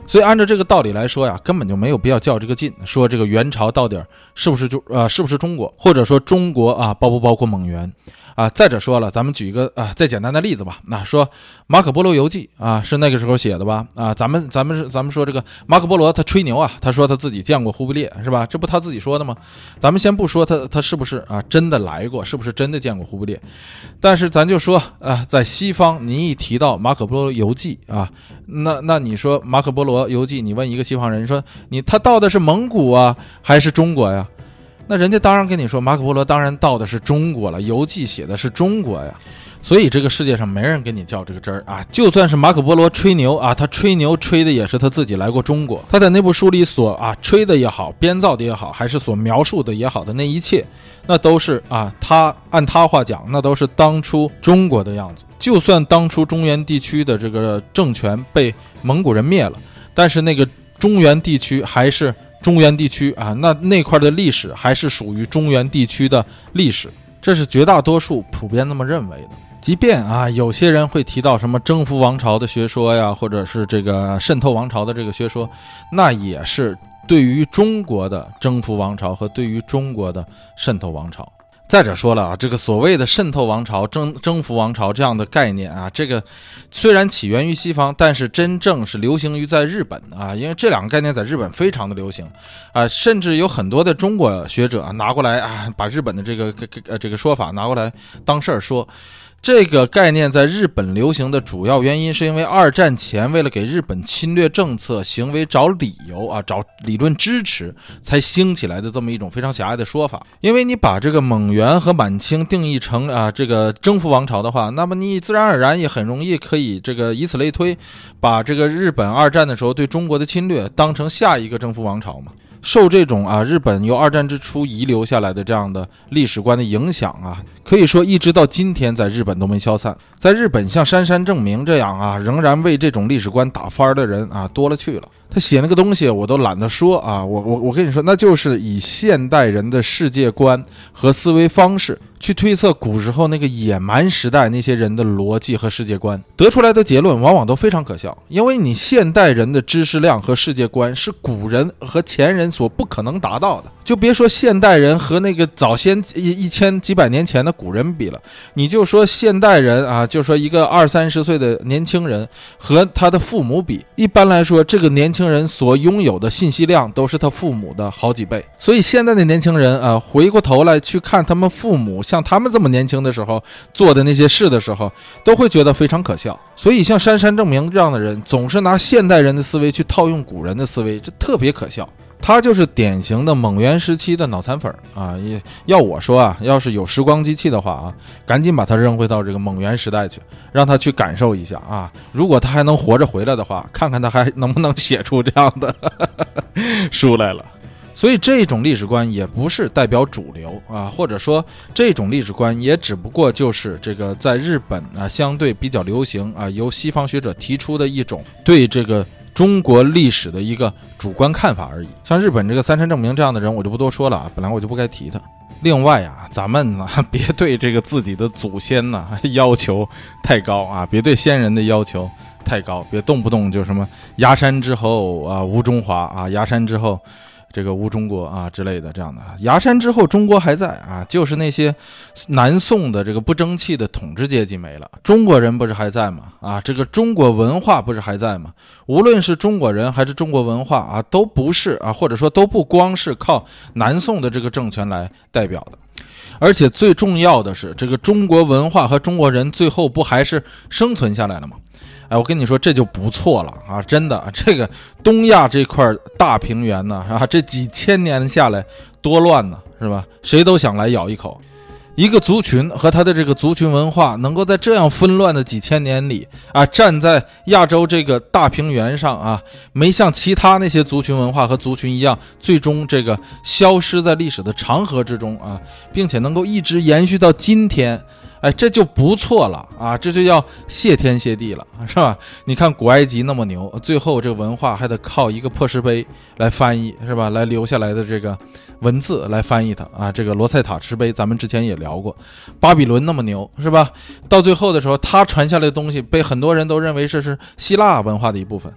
所以按照这个道理来说呀，根本就没有必要较这个劲，说这个元朝到底是不是就呃是不是中国，或者说中国啊包不包括蒙元啊？再者说了，咱们举一个啊再简单的例子吧，那说马可波罗游记啊是那个时候写的吧？啊，咱们咱们是咱们说这个马可波罗他吹牛啊，他说他自己见过忽必烈是吧？这不他自己说的吗？咱们先不说他他是不是啊真的来过，是不是真的见过忽必烈，但是咱就说啊，在西方你一提到马可波罗游记啊，那那你说马可波罗游记，你问一个西方人说你他到的是蒙古啊还是中国呀？那人家当然跟你说马可波罗当然到的是中国了，游记写的是中国呀。所以这个世界上没人跟你较这个真儿啊！就算是马可波罗吹牛啊，他吹牛吹的也是他自己来过中国，他在那部书里所啊吹的也好，编造的也好，还是所描述的也好的那一切，那都是啊他按他话讲，那都是当初中国的样子。就算当初中原地区的这个政权被蒙古人灭了，但是那个中原地区还是中原地区啊，那那块的历史还是属于中原地区的历史，这是绝大多数普遍那么认为的。即便啊，有些人会提到什么征服王朝的学说呀，或者是这个渗透王朝的这个学说，那也是对于中国的征服王朝和对于中国的渗透王朝。再者说了啊，这个所谓的渗透王朝、征征服王朝这样的概念啊，这个虽然起源于西方，但是真正是流行于在日本啊，因为这两个概念在日本非常的流行啊，甚至有很多的中国学者啊拿过来啊，把日本的这个呃这个说法拿过来当事儿说。这个概念在日本流行的主要原因是因为二战前为了给日本侵略政策行为找理由啊，找理论支持才兴起来的这么一种非常狭隘的说法。因为你把这个蒙元和满清定义成啊这个征服王朝的话，那么你自然而然也很容易可以这个以此类推，把这个日本二战的时候对中国的侵略当成下一个征服王朝嘛。受这种啊日本由二战之初遗留下来的这样的历史观的影响啊，可以说一直到今天在日本都没消散。在日本像杉山正明这样啊仍然为这种历史观打翻的人啊多了去了。他写那个东西我都懒得说啊，我我我跟你说，那就是以现代人的世界观和思维方式去推测古时候那个野蛮时代那些人的逻辑和世界观，得出来的结论往往都非常可笑。因为你现代人的知识量和世界观是古人和前人所不可能达到的，就别说现代人和那个早先一千几百年前的古人比了，你就说现代人啊，就说一个二三十岁的年轻人和他的父母比，一般来说这个年轻人所拥有的信息量都是他父母的好几倍。所以现在的年轻人啊，回过头来去看他们父母像他们这么年轻的时候做的那些事的时候，都会觉得非常可笑。所以像杉山正明这样的人总是拿现代人的思维去套用古人的思维，这特别可笑。他就是典型的蒙元时期的脑残粉啊！也要我说啊，要是有时光机器的话啊，赶紧把他扔回到这个蒙元时代去，让他去感受一下啊！如果他还能活着回来的话，看看他还能不能写出这样的呵呵书来了。所以这种历史观也不是代表主流啊，或者说这种历史观也只不过就是这个在日本啊相对比较流行啊，由西方学者提出的一种对这个中国历史的一个主观看法而已。像日本这个杉山正明这样的人我就不多说了啊，本来我就不该提他。另外啊，咱们呢别对这个自己的祖先呢要求太高啊，别对先人的要求太高，别动不动就什么崖山之后啊无中华啊，崖山之后这个无中国啊之类的这样的。崖山之后中国还在啊，就是那些南宋的这个不争气的统治阶级没了，中国人不是还在吗？啊，这个中国文化不是还在吗？无论是中国人还是中国文化啊，都不是啊，或者说都不光是靠南宋的这个政权来代表的。而且最重要的是，这个中国文化和中国人最后不还是生存下来了吗？哎，我跟你说这就不错了啊！真的，这个东亚这块大平原呢，啊，这几千年下来多乱呢，是吧？谁都想来咬一口。一个族群和他的这个族群文化能够在这样纷乱的几千年里啊，站在亚洲这个大平原上啊，没像其他那些族群文化和族群一样最终这个消失在历史的长河之中啊，并且能够一直延续到今天，哎，这就不错了啊！这就要谢天谢地了，是吧？你看古埃及那么牛，最后这个文化还得靠一个破石碑来翻译，是吧？来留下来的这个文字来翻译它啊。这个罗塞塔石碑咱们之前也聊过，巴比伦那么牛，是吧？到最后的时候，它传下来的东西被很多人都认为这是希腊文化的一部分。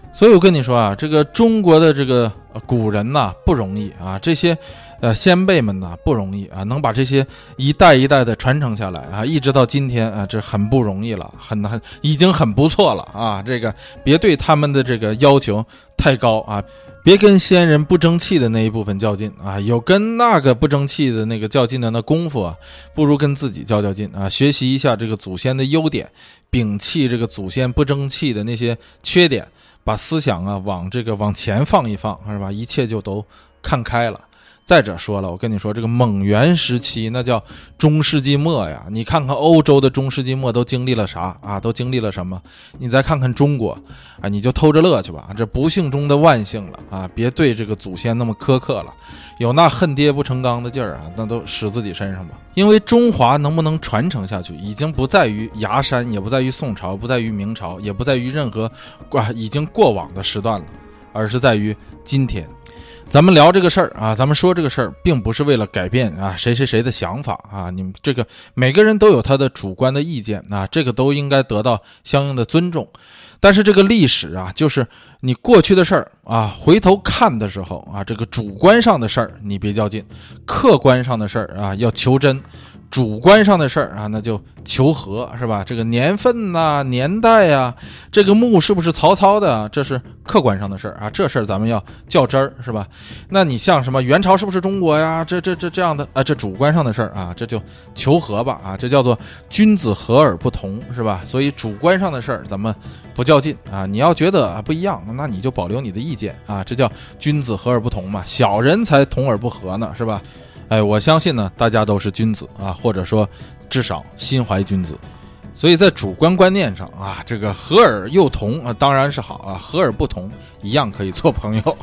所以我跟你说啊，这个中国的这个古人呐、啊、不容易啊，这些呃先辈们呐、啊、不容易啊，能把这些一代一代的传承下来啊，一直到今天啊，这很不容易了，很很已经很不错了啊。这个别对他们的这个要求太高啊，别跟先人不争气的那一部分较劲啊，有跟那个不争气的那个较劲的那功夫啊，不如跟自己较较劲啊，学习一下这个祖先的优点，摒弃这个祖先不争气的那些缺点。把思想啊往这个往前放一放，是吧？一切就都看开了。再者说了，我跟你说，这个蒙元时期那叫中世纪末呀，你看看欧洲的中世纪末都经历了啥啊？都经历了什么？你再看看中国啊，你就偷着乐去吧，这不幸中的万幸了啊！别对这个祖先那么苛刻了，有那恨爹不成钢的劲儿啊，那都使自己身上吧。因为中华能不能传承下去，已经不在于崖山，也不在于宋朝，不在于明朝，也不在于任何啊已经过往的时段了，而是在于今天。咱们聊这个事儿啊，咱们说这个事儿，并不是为了改变啊谁谁谁的想法啊，你们这个每个人都有他的主观的意见啊，这个都应该得到相应的尊重。但是这个历史啊，就是你过去的事儿啊，回头看的时候啊，这个主观上的事儿你别较劲，客观上的事儿啊要求真。主观上的事儿啊，那就求和，是吧？这个年份呐、啊、年代呀、啊，这个墓是不是曹操的啊？这是客观上的事儿啊，这事儿咱们要较真儿，是吧？那你像什么元朝是不是中国呀？这这这这样的啊，这主观上的事儿啊，这就求和吧啊，这叫做君子和而不同，是吧？所以主观上的事儿咱们不较劲啊，你要觉得啊不一样，那你就保留你的意见啊，这叫君子和而不同嘛，小人才同而不和呢，是吧？哎，我相信呢，大家都是君子啊，或者说至少心怀君子，所以在主观观念上啊，这个和而又同啊，当然是好啊，和而不同一样可以做朋友。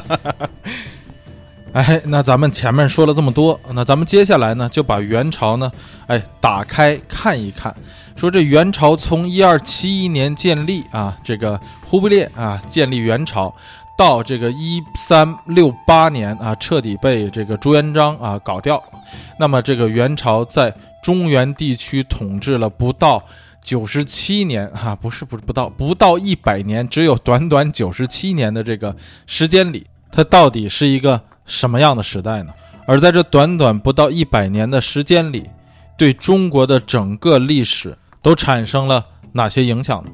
哎，那咱们前面说了这么多，那咱们接下来呢，就把元朝呢，哎，打开看一看，说这元朝从一二七一年建立啊，这个忽必烈啊建立元朝。到这个一三六八年啊，彻底被这个朱元璋啊搞掉。那么这个元朝在中原地区统治了不到九十七年啊，不是不是不到不到一百年，只有短短九十七年的这个时间里，它到底是一个什么样的时代呢？而在这短短不到一百年的时间里，对中国的整个历史都产生了哪些影响呢？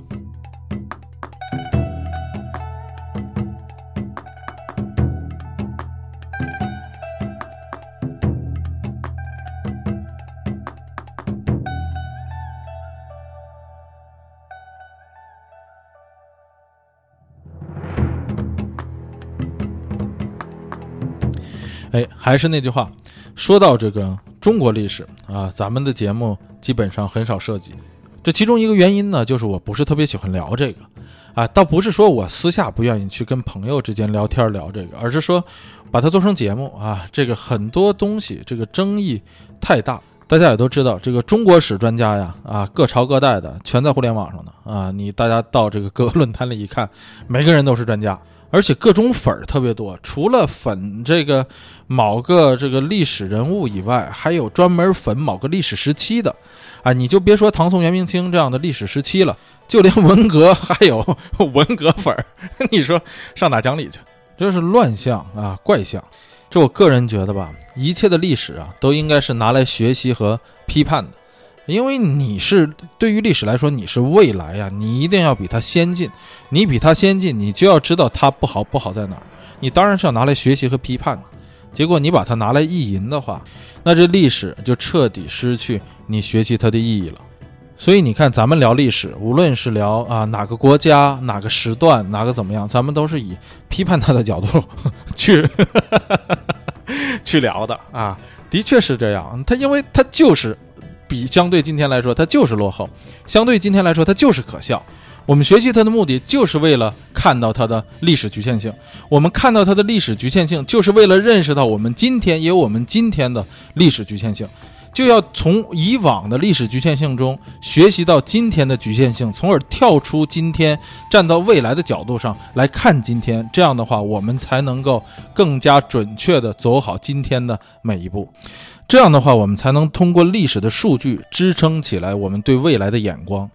哎，还是那句话，说到这个中国历史啊，咱们的节目基本上很少涉及。这其中一个原因呢，就是我不是特别喜欢聊这个啊，倒不是说我私下不愿意去跟朋友之间聊天聊这个，而是说把它做成节目啊，这个很多东西这个争议太大。大家也都知道，这个中国史专家呀，啊，各朝各代的全在互联网上呢啊，你大家到这个各个论坛里一看，每个人都是专家。而且各种粉特别多，除了粉这个某个这个历史人物以外，还有专门粉某个历史时期的啊，你就别说唐宋元明清这样的历史时期了，就连文革还有文革粉，你说上哪讲理去？这是乱象啊，怪象。这我个人觉得吧，一切的历史啊，都应该是拿来学习和批判的。因为你是对于历史来说，你是未来呀、啊，你一定要比它先进，你比它先进，你就要知道它不好不好在哪儿，你当然是要拿来学习和批判的。结果你把它拿来意淫的话，那这历史就彻底失去你学习它的意义了。所以你看，咱们聊历史，无论是聊啊哪个国家、哪个时段、哪个怎么样，咱们都是以批判它的角度去去聊的啊。的确是这样，它因为它就是比相对今天来说它就是落后，相对今天来说它就是可笑。我们学习它的目的就是为了看到它的历史局限性，我们看到它的历史局限性就是为了认识到我们今天也有我们今天的历史局限性，就要从以往的历史局限性中学习到今天的局限性，从而跳出今天，站到未来的角度上来看今天，这样的话我们才能够更加准确地走好今天的每一步。这样的话我们才能通过历史的数据支撑起来我们对未来的眼光。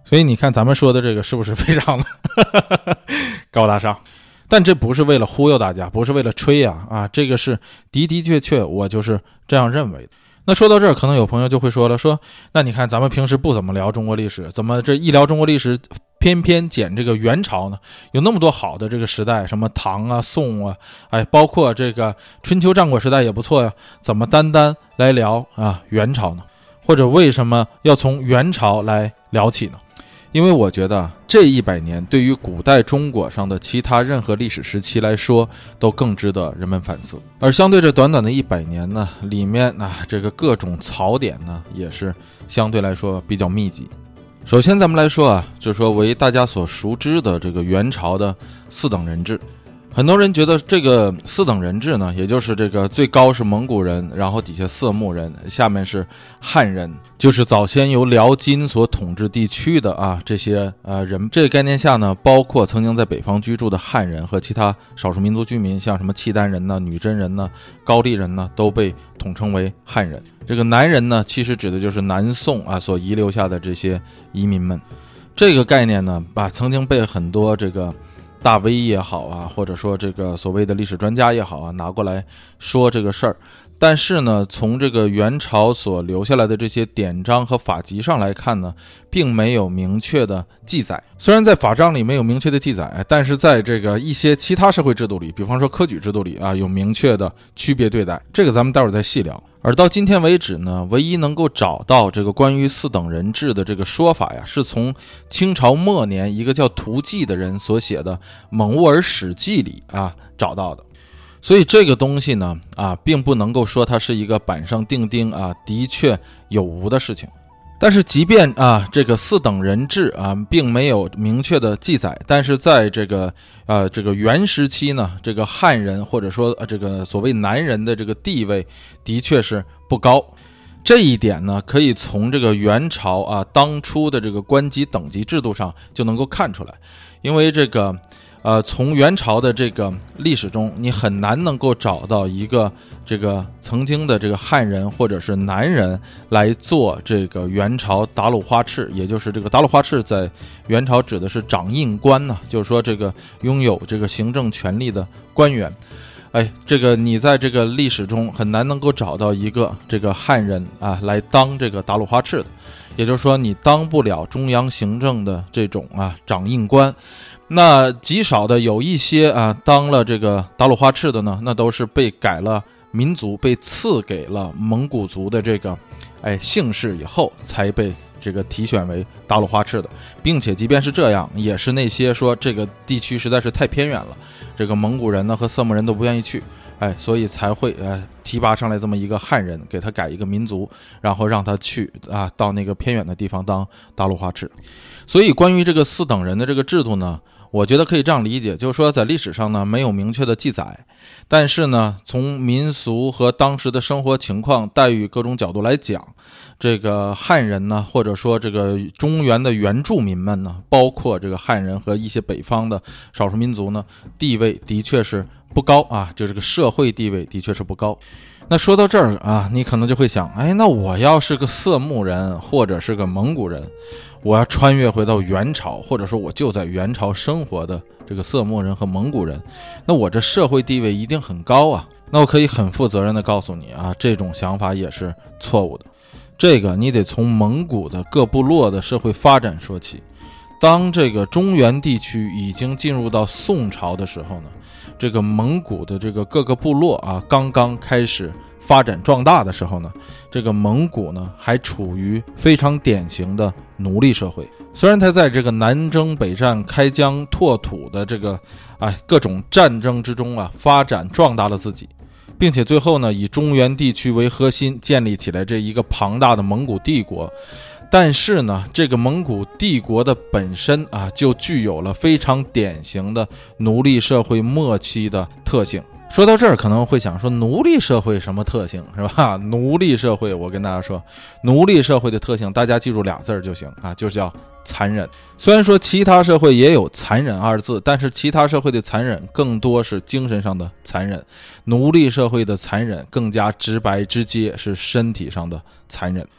所以你看咱们说的这个是不是非常的高大上？但这不是为了忽悠大家，不是为了吹啊啊，这个是的的确确我就是这样认为的。那说到这儿，可能有朋友就会说了，说那你看咱们平时不怎么聊中国历史，怎么这一聊中国历史偏偏捡这个元朝呢？有那么多好的这个时代，什么唐啊、宋啊，哎，包括这个春秋战国时代也不错呀，怎么单单来聊啊元朝呢？或者为什么要从元朝来聊起呢？因为我觉得这一百年对于古代中国上的其他任何历史时期来说都更值得人们反思，而相对这短短的一百年呢，里面呢、啊、这个各种槽点呢也是相对来说比较密集。首先咱们来说啊，就说为大家所熟知的这个元朝的四等人制。很多人觉得这个四等人制呢，也就是这个最高是蒙古人，然后底下色目人，下面是汉人，就是早先由辽金所统治地区的啊这些呃人。这个概念下呢，包括曾经在北方居住的汉人和其他少数民族居民，像什么契丹人呢、女真人呢、高丽人呢，都被统称为汉人。这个南人呢，其实指的就是南宋啊所遗留下的这些移民们。这个概念呢，把曾经被很多这个大 V 也好啊，或者说这个所谓的历史专家也好啊，拿过来说这个事儿。但是呢，从这个元朝所留下来的这些典章和法籍上来看呢，并没有明确的记载。虽然在法章里没有明确的记载，但是在这个一些其他社会制度里，比方说科举制度里啊，有明确的区别对待。这个咱们待会儿再细聊。而到今天为止呢，唯一能够找到这个关于四等人制的这个说法呀，是从清朝末年一个叫涂济的人所写的《蒙兀尔史记》里啊找到的。所以这个东西呢啊，并不能够说它是一个板上钉钉啊的确有无的事情。但是即便啊这个四等人制啊并没有明确的记载，但是在这个呃这个元时期呢，这个汉人或者说、呃、这个所谓南人的这个地位的确是不高。这一点呢，可以从这个元朝啊当初的这个官级等级制度上就能够看出来。因为这个呃，从元朝的这个历史中，你很难能够找到一个这个曾经的这个汉人或者是南人来做这个元朝达鲁花赤，也就是这个达鲁花赤在元朝指的是掌印官呢、啊，就是说这个拥有这个行政权力的官员。哎，这个你在这个历史中很难能够找到一个这个汉人啊来当这个达鲁花赤的，也就是说你当不了中央行政的这种啊掌印官。那极少的有一些啊当了这个达鲁花赤的呢，那都是被改了民族，被赐给了蒙古族的这个哎姓氏以后才被这个提选为达鲁花赤的，并且即便是这样，也是那些说这个地区实在是太偏远了，这个蒙古人呢和色目人都不愿意去，哎，所以才会呃提拔上来这么一个汉人，给他改一个民族，然后让他去啊到那个偏远的地方当达鲁花赤。所以关于这个四等人的这个制度呢，我觉得可以这样理解，就是说在历史上呢没有明确的记载，但是呢从民俗和当时的生活情况待遇各种角度来讲，这个汉人呢或者说这个中原的原住民们呢，包括这个汉人和一些北方的少数民族呢，地位的确是不高啊，就这个社会地位的确是不高。那说到这儿啊，你可能就会想，哎，那我要是个色目人或者是个蒙古人，我要穿越回到元朝，或者说我就在元朝生活的这个色目人和蒙古人，那我这社会地位一定很高啊。那我可以很负责任的告诉你啊，这种想法也是错误的。这个你得从蒙古的各部落的社会发展说起。当这个中原地区已经进入到宋朝的时候呢，这个蒙古的这个各个部落啊，刚刚开始发展壮大的时候呢，这个蒙古呢还处于非常典型的奴隶社会。虽然他在这个南征北战、开疆拓土的这个哎各种战争之中啊，发展壮大了自己，并且最后呢以中原地区为核心建立起来这一个庞大的蒙古帝国。但是呢，这个蒙古帝国的本身啊，就具有了非常典型的奴隶社会末期的特性。说到这儿，可能会想说，奴隶社会什么特性是吧？奴隶社会，我跟大家说，奴隶社会的特性，大家记住俩字就行啊，就是叫残忍。虽然说其他社会也有残忍二字，但是其他社会的残忍更多是精神上的残忍，奴隶社会的残忍更加直白直接，是身体上的残忍。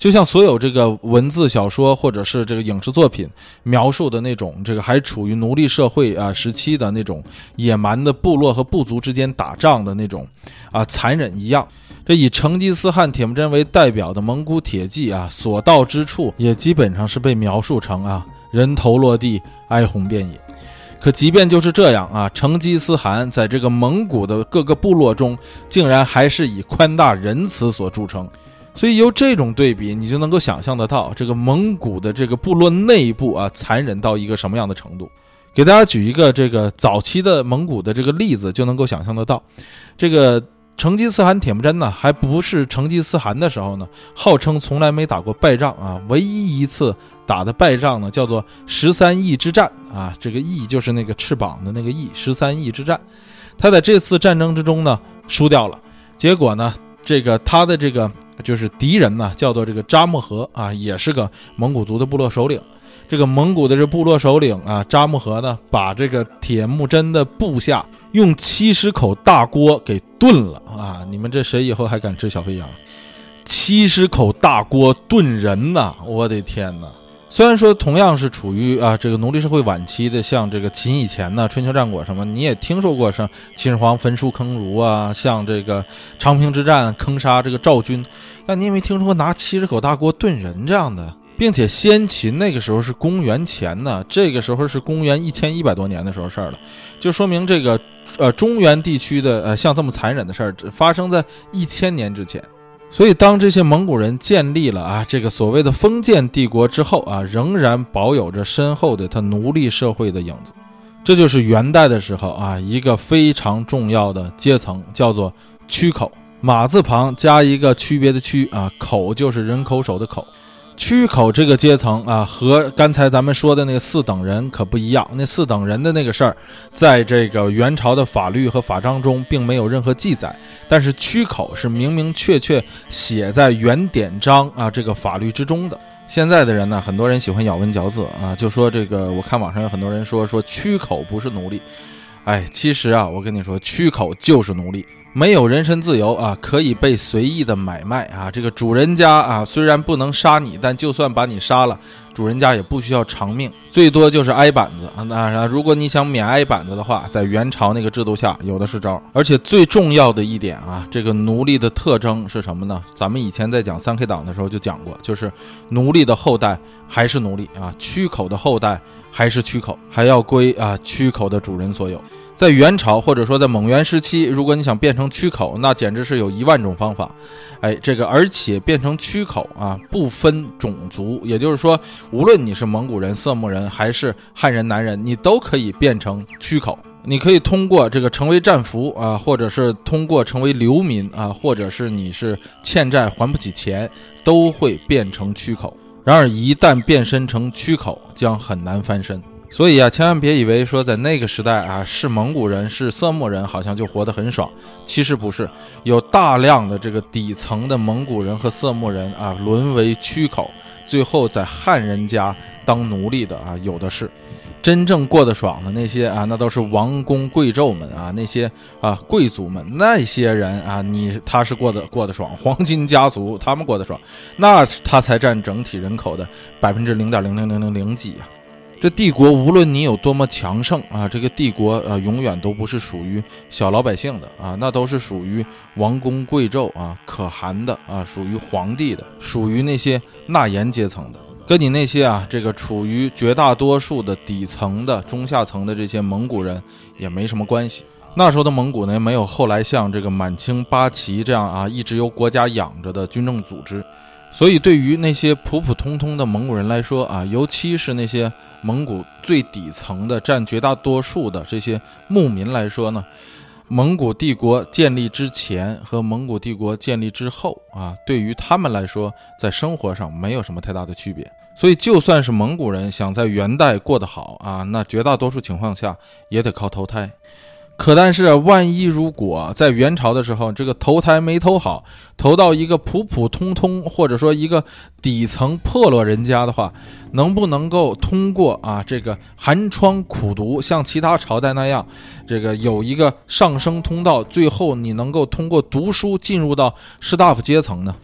就像所有这个文字小说或者是这个影视作品描述的那种这个还处于奴隶社会啊时期的那种野蛮的部落和部族之间打仗的那种啊残忍一样。这以成吉思汗铁木真为代表的蒙古铁骑啊所到之处也基本上是被描述成啊人头落地，哀鸿遍野。可即便就是这样啊，成吉思汗在这个蒙古的各个部落中竟然还是以宽大仁慈所著称。所以由这种对比，你就能够想象得到这个蒙古的这个部落内部啊残忍到一个什么样的程度。给大家举一个这个早期的蒙古的这个例子，就能够想象得到。这个成吉思汗铁木真呢，还不是成吉思汗的时候呢，号称从来没打过败仗啊，唯一一次打的败仗呢，叫做十三翼之战啊，这个翼就是那个翅膀的那个翼，十三翼之战。他在这次战争之中呢，输掉了。结果呢，这个他的这个就是敌人呢，叫做这个扎木合啊，也是个蒙古族的部落首领。这个蒙古的这部落首领啊，扎木合呢，把这个铁木真的部下用七十口大锅给炖了啊！你们这谁以后还敢吃小肥羊？七十口大锅炖人呐！我的天哪！虽然说同样是处于啊这个奴隶社会晚期的，像这个秦以前呢，春秋战国什么，你也听说过像秦始皇焚书坑儒啊，像这个长平之战坑杀这个赵军，但你也没听说过拿七十口大锅炖人这样的。并且先秦那个时候是公元前呢，这个时候是公元一千一百多年的时候事儿了，就说明这个呃中原地区的呃像这么残忍的事儿发生在一千年之前。所以当这些蒙古人建立了啊这个所谓的封建帝国之后啊，仍然保有着深厚的他奴隶社会的影子。这就是元代的时候啊一个非常重要的阶层，叫做区口，马字旁加一个区别的区啊，口就是人口手的口。区口这个阶层啊，和刚才咱们说的那个四等人可不一样。那四等人的那个事儿，在这个元朝的法律和法章中并没有任何记载，但是区口是明明确确写在元典章啊这个法律之中的。现在的人呢，很多人喜欢咬文嚼字啊，就说这个，我看网上有很多人说说区口不是奴隶。哎，其实啊，我跟你说，区口就是奴隶。没有人身自由啊，可以被随意的买卖啊。这个主人家啊，虽然不能杀你，但就算把你杀了，主人家也不需要偿命，最多就是挨板子啊。那如果你想免挨板子的话，在元朝那个制度下有的是招。而且最重要的一点啊，这个奴隶的特征是什么呢？咱们以前在讲三 K 党的时候就讲过，就是奴隶的后代还是奴隶啊，区口的后代还是区口，还要归啊区口的主人所有。在元朝或者说在蒙元时期，如果你想变成区口，那简直是有一万种方法。哎，这个而且变成区口啊，不分种族，也就是说，无论你是蒙古人、色目人还是汉人、南人，你都可以变成区口。你可以通过这个成为战俘啊，或者是通过成为流民啊，或者是你是欠债还不起钱，都会变成区口。然而一旦变身成区口，将很难翻身。所以啊，千万别以为说在那个时代啊，是蒙古人是色目人好像就活得很爽，其实不是，有大量的这个底层的蒙古人和色目人啊，沦为区口，最后在汉人家当奴隶的啊，有的是。真正过得爽的那些啊，那都是王公贵胄们啊，那些啊贵族们，那些人啊，你他是过得过得爽，黄金家族他们过得爽，那他才占整体人口的百分之零点零零零零零几啊。这帝国无论你有多么强盛啊，这个帝国啊永远都不是属于小老百姓的啊，那都是属于王公贵胄啊，可汗的啊，属于皇帝的，属于那些纳言阶层的。跟你那些啊这个处于绝大多数的底层的中下层的这些蒙古人也没什么关系。那时候的蒙古呢，没有后来像这个满清八旗这样啊一直由国家养着的军政组织。所以对于那些普普通通的蒙古人来说啊，尤其是那些蒙古最底层的占绝大多数的这些牧民来说呢，蒙古帝国建立之前和蒙古帝国建立之后啊，对于他们来说在生活上没有什么太大的区别。所以就算是蒙古人想在元代过得好啊，那绝大多数情况下也得靠投胎。可但是万一如果在元朝的时候这个投胎没投好，投到一个普普通通或者说一个底层破落人家的话，能不能够通过啊这个寒窗苦读，像其他朝代那样这个有一个上升通道，最后你能够通过读书进入到士大夫阶层呢？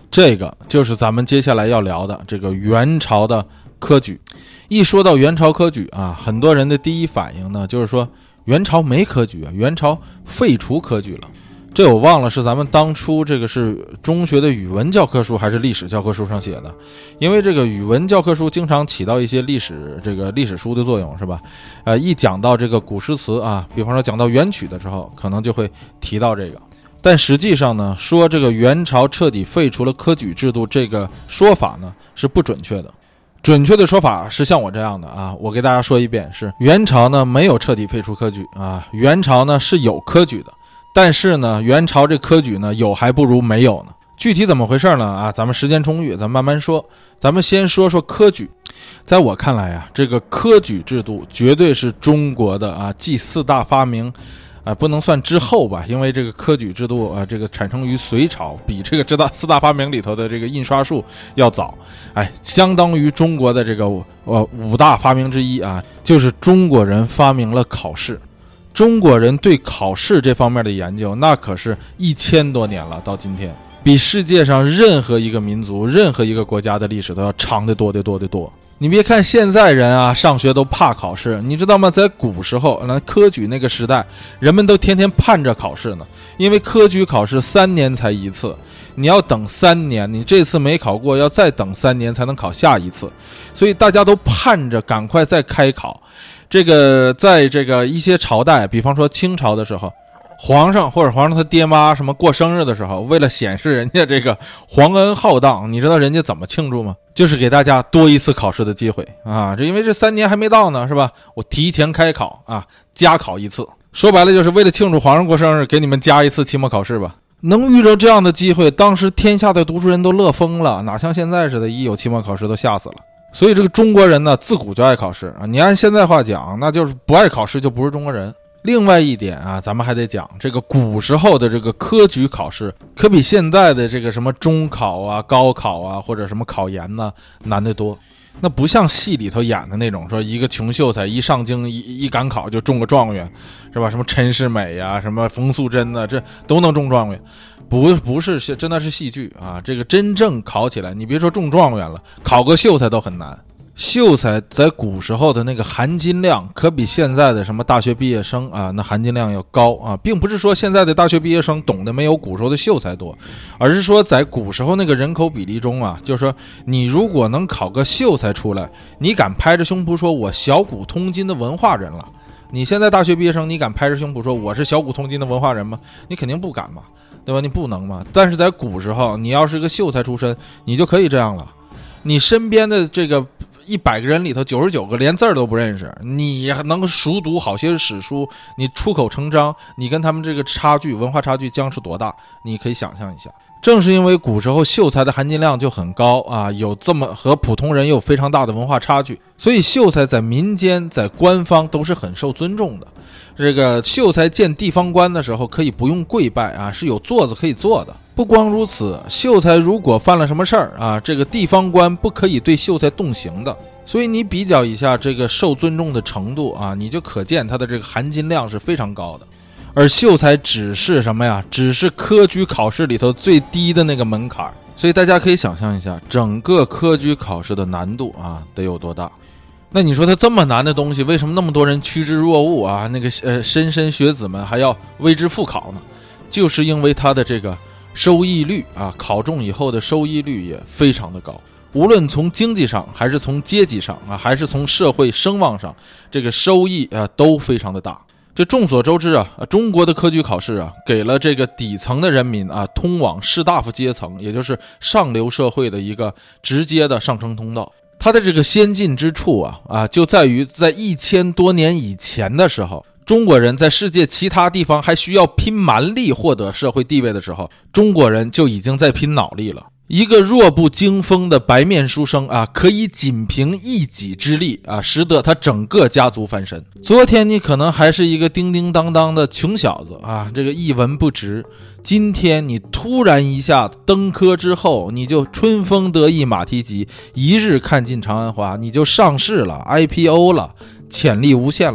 这个就是咱们接下来要聊的这个元朝的科举。一说到元朝科举啊，很多人的第一反应呢就是说元朝没科举啊，元朝废除科举了。这我忘了是咱们当初这个是中学的语文教科书还是历史教科书上写的，因为这个语文教科书经常起到一些历史这个历史书的作用，是吧？呃，一讲到这个古诗词啊，比方说讲到元曲的时候，可能就会提到这个。但实际上呢，说这个元朝彻底废除了科举制度这个说法呢是不准确的。准确的说法是像我这样的啊，我给大家说一遍，是元朝呢没有彻底废除科举啊，元朝呢是有科举的。但是呢，元朝这科举呢，有还不如没有呢。具体怎么回事呢？啊，咱们时间充裕，咱们慢慢说。咱们先说说科举。在我看来啊，这个科举制度绝对是中国的啊，继四大发明，啊，不能算之后吧，因为这个科举制度啊，这个产生于隋朝，比这个知道四大发明里头的这个印刷术要早。哎，相当于中国的这个呃五大发明之一啊，就是中国人发明了考试。中国人对考试这方面的研究，那可是一千多年了，到今天比世界上任何一个民族、任何一个国家的历史都要长得多得多得多。你别看现在人啊，上学都怕考试，你知道吗？在古时候，那科举那个时代，人们都天天盼着考试呢，因为科举考试三年才一次，你要等三年，你这次没考过，要再等三年才能考下一次，所以大家都盼着赶快再开考。这个在这个一些朝代，比方说清朝的时候，皇上或者皇上他爹妈什么过生日的时候，为了显示人家这个皇恩浩荡，你知道人家怎么庆祝吗？就是给大家多一次考试的机会啊！这因为这三年还没到呢，是吧？我提前开考啊，加考一次。说白了就是为了庆祝皇上过生日，给你们加一次期末考试吧。能遇到这样的机会，当时天下的读书人都乐疯了，哪像现在似的，一有期末考试都吓死了。所以这个中国人呢，自古就爱考试啊。你按现在话讲，那就是不爱考试就不是中国人。另外一点啊，咱们还得讲这个古时候的这个科举考试，可比现在的这个什么中考啊、高考啊或者什么考研呢难得多。那不像戏里头演的那种，说一个穷秀才一上京一一赶考就中个状元，是吧？什么陈世美啊，什么冯素珍啊，这都能中状元。不不是真的是戏剧啊！这个真正考起来，你别说中状元了，考个秀才都很难。秀才在古时候的那个含金量，可比现在的什么大学毕业生啊，那含金量要高啊，并不是说现在的大学毕业生懂得没有古时候的秀才多，而是说在古时候那个人口比例中啊，就是说你如果能考个秀才出来，你敢拍着胸脯说我小古通今的文化人了？你现在大学毕业生，你敢拍着胸脯说我是小古通今的文化人吗？你肯定不敢嘛，对吧？你不能嘛。但是在古时候，你要是个秀才出身，你就可以这样了。你身边的这个一百个人里头，九十九个连字儿都不认识，你能熟读好些史书，你出口成章，你跟他们这个差距，文化差距将是多大？你可以想象一下。正是因为古时候秀才的含金量就很高啊，有这么和普通人有非常大的文化差距，所以秀才在民间在官方都是很受尊重的。这个秀才见地方官的时候可以不用跪拜啊，是有座子可以坐的。不光如此，秀才如果犯了什么事儿啊，这个地方官不可以对秀才动刑的。所以你比较一下这个受尊重的程度啊，你就可见它的这个含金量是非常高的。而秀才只是什么呀？只是科举考试里头最低的那个门槛，所以大家可以想象一下，整个科举考试的难度啊，得有多大？那你说它这么难的东西，为什么那么多人趋之若鹜啊？那个呃莘莘学子们还要为之复考呢？就是因为它的这个收益率啊，考中以后的收益率也非常的高。无论从经济上，还是从阶级上啊，还是从社会声望上，这个收益啊都非常的大。这众所周知啊，中国的科举考试啊，给了这个底层的人民啊，通往士大夫阶层，也就是上流社会的一个直接的上升通道。它的这个先进之处啊，啊，就在于在一千多年以前的时候，中国人在世界其他地方还需要拼蛮力获得社会地位的时候，中国人就已经在拼脑力了。一个弱不禁风的白面书生啊，可以仅凭一己之力啊，使得他整个家族翻身。昨天你可能还是一个叮叮当当的穷小子啊，这个一文不值。今天你突然一下登科之后，你就春风得意马蹄疾，一日看尽长安花，你就上市了 I P O 了，潜力无限了。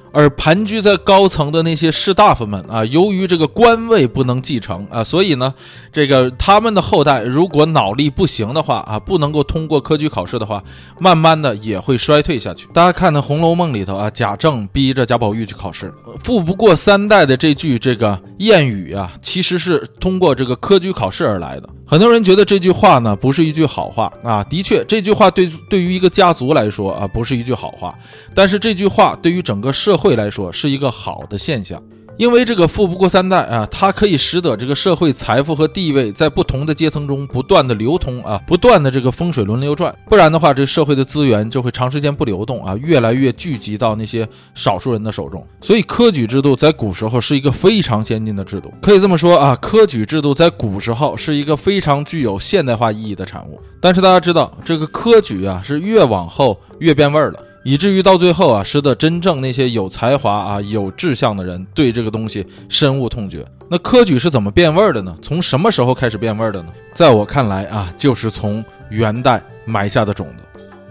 而盘踞在高层的那些士大夫们啊，由于这个官位不能继承啊，所以呢，这个他们的后代如果脑力不行的话啊，不能够通过科举考试的话，慢慢的也会衰退下去。大家看那《红楼梦》里头啊，贾政逼着贾宝玉去考试，富不过三代的这句这个谚语啊，其实是通过这个科举考试而来的。很多人觉得这句话呢不是一句好话啊，的确这句话对对于一个家族来说啊不是一句好话，但是这句话对于整个社会来说是一个好的现象。因为这个富不过三代啊，它可以使得这个社会财富和地位在不同的阶层中不断的流通啊，不断的这个风水轮流转，不然的话这社会的资源就会长时间不流动啊，越来越聚集到那些少数人的手中。所以科举制度在古时候是一个非常先进的制度，可以这么说啊，科举制度在古时候是一个非常具有现代化意义的产物。但是大家知道这个科举啊是越往后越变味儿了，以至于到最后啊，使得真正那些有才华啊、有志向的人对这个东西深恶痛绝。那科举是怎么变味的呢？从什么时候开始变味的呢？在我看来啊，就是从元代埋下的种子。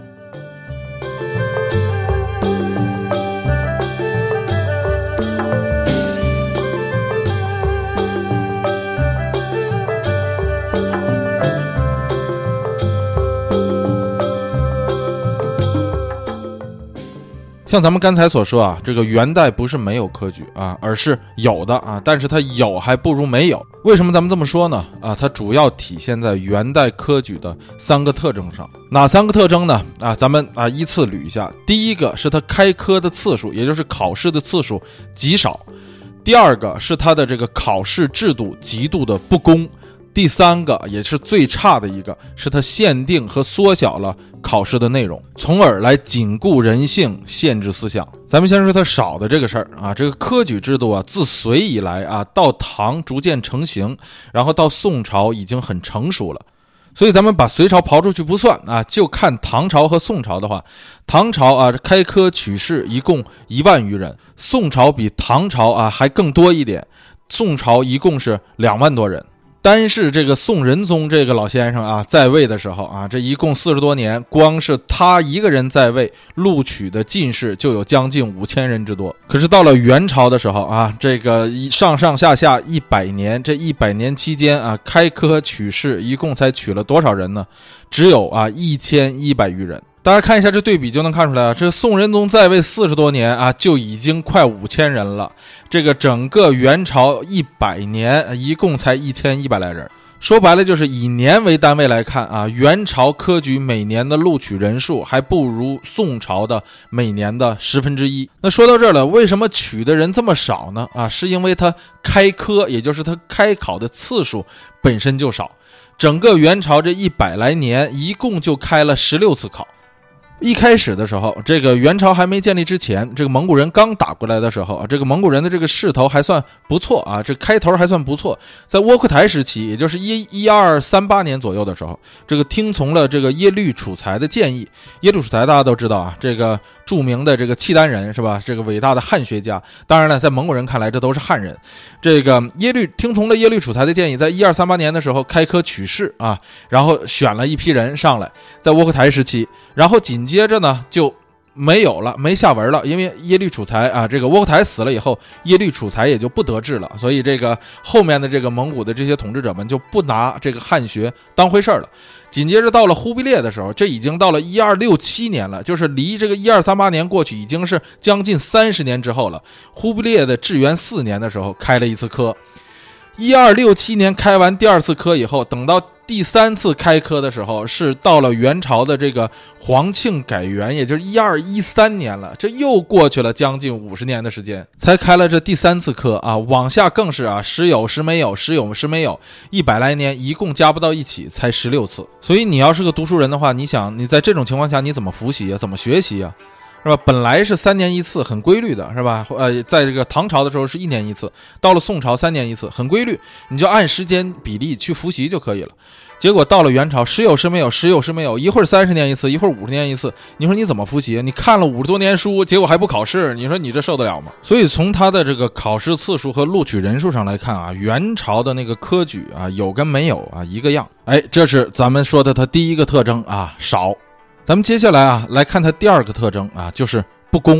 像咱们刚才所说啊，这个元代不是没有科举啊，而是有的啊，但是它有还不如没有。为什么咱们这么说呢？啊，它主要体现在元代科举的三个特征上。哪三个特征呢？啊，咱们啊依次捋一下。第一个是它开科的次数，也就是考试的次数极少。第二个是它的这个考试制度极度的不公。第三个也是最差的一个，是它限定和缩小了考试的内容，从而来紧固人性，限制思想。咱们先说它少的这个事儿啊，这个科举制度啊，自隋以来啊，到唐逐渐成型，然后到宋朝已经很成熟了。所以咱们把隋朝刨出去不算啊，就看唐朝和宋朝的话，唐朝啊开科取士一共一万余人，宋朝比唐朝啊还更多一点，宋朝一共是两万多人。单是这个宋仁宗这个老先生啊，在位的时候啊，这一共四十多年，光是他一个人在位，录取的进士就有将近五千人之多。可是到了元朝的时候啊，这个上上下下一百年，这一百年期间啊，开科取士一共才取了多少人呢？只有啊一千一百余人。大家看一下这对比就能看出来啊，这宋仁宗在位四十多年啊，就已经快五千人了。这个整个元朝一百年，一共才一千一百来人。说白了就是以年为单位来看啊，元朝科举每年的录取人数还不如宋朝的每年的十分之一。那说到这儿了，为什么取的人这么少呢？啊，是因为他开科，也就是他开考的次数本身就少。整个元朝这一百来年，一共就开了十六次考。一开始的时候，这个元朝还没建立之前，这个蒙古人刚打过来的时候，这个蒙古人的这个势头还算不错啊，这开头还算不错。在窝阔台时期，也就是一一二三八年左右的时候，这个听从了这个耶律楚材的建议。耶律楚材大家都知道啊，这个著名的这个契丹人是吧？这个伟大的汉学家。当然了，在蒙古人看来，这都是汉人。这个耶律听从了耶律楚材的建议，在一二三八年的时候开科取士啊，然后选了一批人上来，在窝阔台时期，然后紧接着呢就没有了，没下文了，因为耶律楚材啊，这个窝阔台死了以后，耶律楚材也就不得志了，所以这个后面的这个蒙古的这些统治者们就不拿这个汉学当回事了。紧接着到了忽必烈的时候，这已经到了一二六七年了，就是离这个一二三八年过去已经是将近三十年之后了。忽必烈的至元四年的时候开了一次科，一二六七年开完第二次科以后，等到第三次开科的时候是到了元朝的这个皇庆改元，也就是一二一三年了，这又过去了将近五十年的时间才开了这第三次科啊，往下更是啊时有时没有，时有时没有，一百来年一共加不到一起才十六次。所以你要是个读书人的话，你想你在这种情况下你怎么复习啊，怎么学习啊，是吧？本来是三年一次，很规律的，是吧？呃，在这个唐朝的时候是一年一次，到了宋朝三年一次，很规律，你就按时间比例去复习就可以了。结果到了元朝，时有时没有，时有时没有，一会儿三十年一次，一会儿五十年一次，你说你怎么复习？你看了五十多年书，结果还不考试，你说你这受得了吗？所以从他的这个考试次数和录取人数上来看啊，元朝的那个科举啊，有跟没有啊一个样。哎，这是咱们说的他第一个特征啊，少。咱们接下来啊来看它第二个特征啊，就是不公。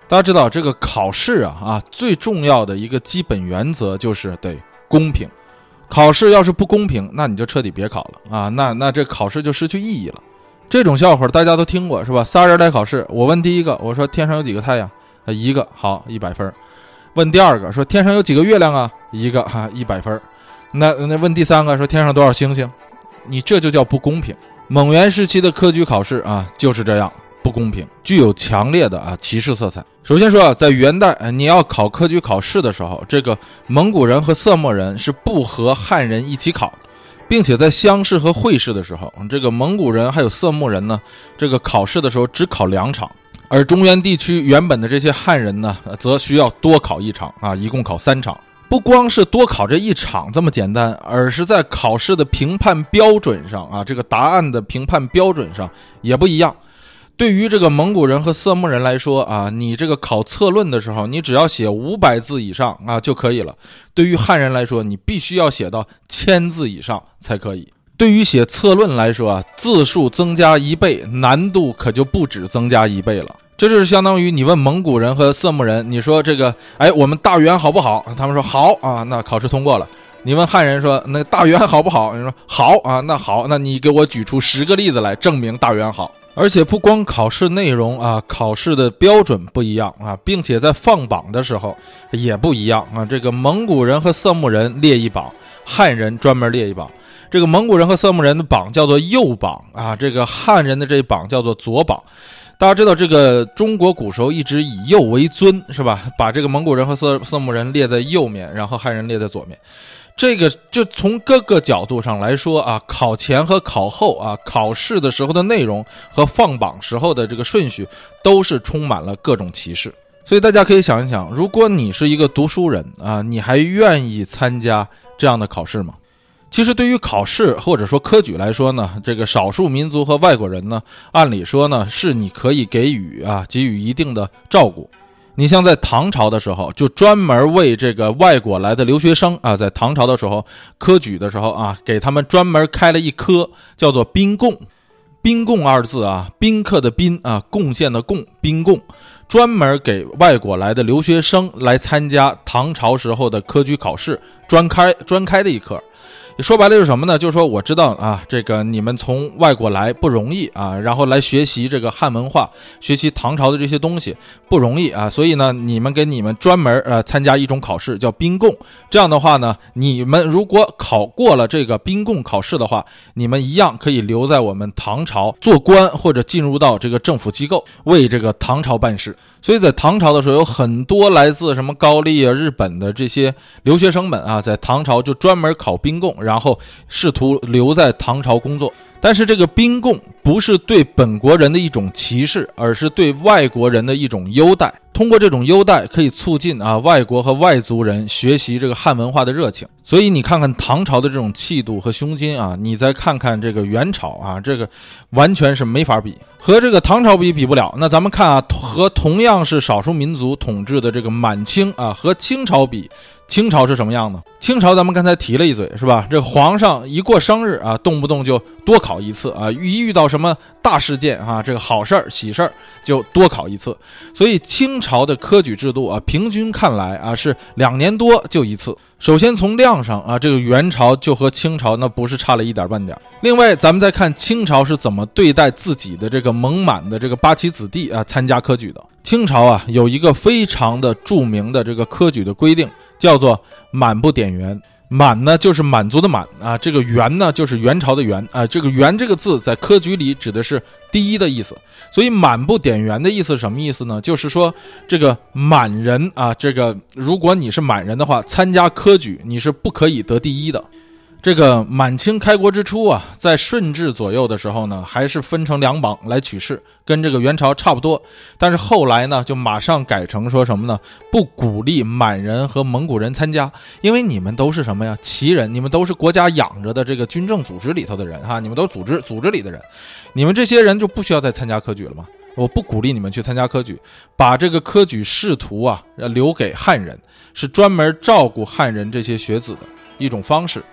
大家知道这个考试啊啊，最重要的一个基本原则就是得公平。考试要是不公平，那你就彻底别考了啊，那那这考试就失去意义了。这种笑话大家都听过是吧？仨人来考试，我问第一个，我说天上有几个太阳？啊，一个，好，一百分。问第二个，说天上有几个月亮啊？一个，哈，一百分。那那问第三个，说天上多少星星？你这就叫不公平。蒙元时期的科举考试啊，就是这样不公平，具有强烈的啊歧视色彩。首先说啊，在元代，你要考科举考试的时候，这个蒙古人和色目人是不和汉人一起考，并且在乡试和会试的时候，这个蒙古人还有色目人呢，这个考试的时候只考两场，而中原地区原本的这些汉人呢，则需要多考一场啊，一共考三场。不光是多考这一场这么简单，而是在考试的评判标准上啊，这个答案的评判标准上也不一样。对于这个蒙古人和色目人来说啊，你这个考策论的时候，你只要写五百字以上啊就可以了。对于汉人来说，你必须要写到千字以上才可以。对于写策论来说啊，字数增加一倍，难度可就不止增加一倍了。这就是相当于你问蒙古人和色目人，你说这个，哎，我们大元好不好？他们说好啊，那考试通过了。你问汉人说，那大元好不好？你说好啊，那好，那你给我举出十个例子来证明大元好。而且不光考试内容啊，考试的标准不一样啊，并且在放榜的时候也不一样啊。这个蒙古人和色目人列一榜，汉人专门列一榜。这个蒙古人和色目人的榜叫做右榜啊，这个汉人的这榜叫做左榜。大家知道这个中国古时候一直以右为尊是吧？把这个蒙古人和色色目人列在右面，然后汉人列在左面。这个就从各个角度上来说啊，考前和考后啊，考试的时候的内容和放榜时候的这个顺序都是充满了各种歧视。所以大家可以想一想，如果你是一个读书人啊，你还愿意参加这样的考试吗？其实对于考试或者说科举来说呢，这个少数民族和外国人呢，按理说呢是你可以给予啊给予一定的照顾。你像在唐朝的时候，就专门为这个外国来的留学生啊，在唐朝的时候科举的时候啊，给他们专门开了一科，叫做宾贡。宾贡二字啊，宾客的宾啊，贡献的贡，宾贡，专门给外国来的留学生来参加唐朝时候的科举考试，专开专开的一科。说白了就是什么呢？就是说我知道啊，这个你们从外国来不容易啊，然后来学习这个汉文化，学习唐朝的这些东西不容易啊，所以呢，你们给你们专门呃参加一种考试叫宾贡。这样的话呢，你们如果考过了这个宾贡考试的话，你们一样可以留在我们唐朝做官，或者进入到这个政府机构为这个唐朝办事。所以在唐朝的时候，有很多来自什么高丽啊、日本的这些留学生们啊，在唐朝就专门考宾贡，然后试图留在唐朝工作。但是这个宾贡不是对本国人的一种歧视，而是对外国人的一种优待。通过这种优待可以促进啊外国和外族人学习这个汉文化的热情。所以你看看唐朝的这种气度和胸襟啊，你再看看这个元朝啊，这个完全是没法比，和这个唐朝比比不了。那咱们看啊，和同样是少数民族统治的这个满清啊，和清朝比，清朝是什么样呢？清朝咱们刚才提了一嘴是吧？这皇上一过生日啊，动不动就多考一次啊，一遇到什么大事件啊，这个好事儿喜事儿就多考一次。所以清朝的科举制度啊，平均看来啊是两年多就一次。首先从量上啊，这个元朝就和清朝那不是差了一点半点。另外咱们再看清朝是怎么对待自己的这个蒙满的这个八旗子弟啊参加科举的。清朝啊有一个非常的著名的这个科举的规定，叫做满不点员。满呢就是满族的满啊，这个元呢就是元朝的元啊，这个元这个字在科举里指的是第一的意思。所以满不点员的意思是什么意思呢？就是说这个满人啊，这个如果你是满人的话，参加科举你是不可以得第一的。这个满清开国之初啊，在顺治左右的时候呢，还是分成两榜来取士，跟这个元朝差不多。但是后来呢，就马上改成说什么呢？不鼓励满人和蒙古人参加，因为你们都是什么呀？旗人，你们都是国家养着的这个军政组织里头的人哈，你们都是组织组织里的人，你们这些人就不需要再参加科举了吗？我不鼓励你们去参加科举，把这个科举仕途啊留给汉人，是专门照顾汉人这些学子的一种方式。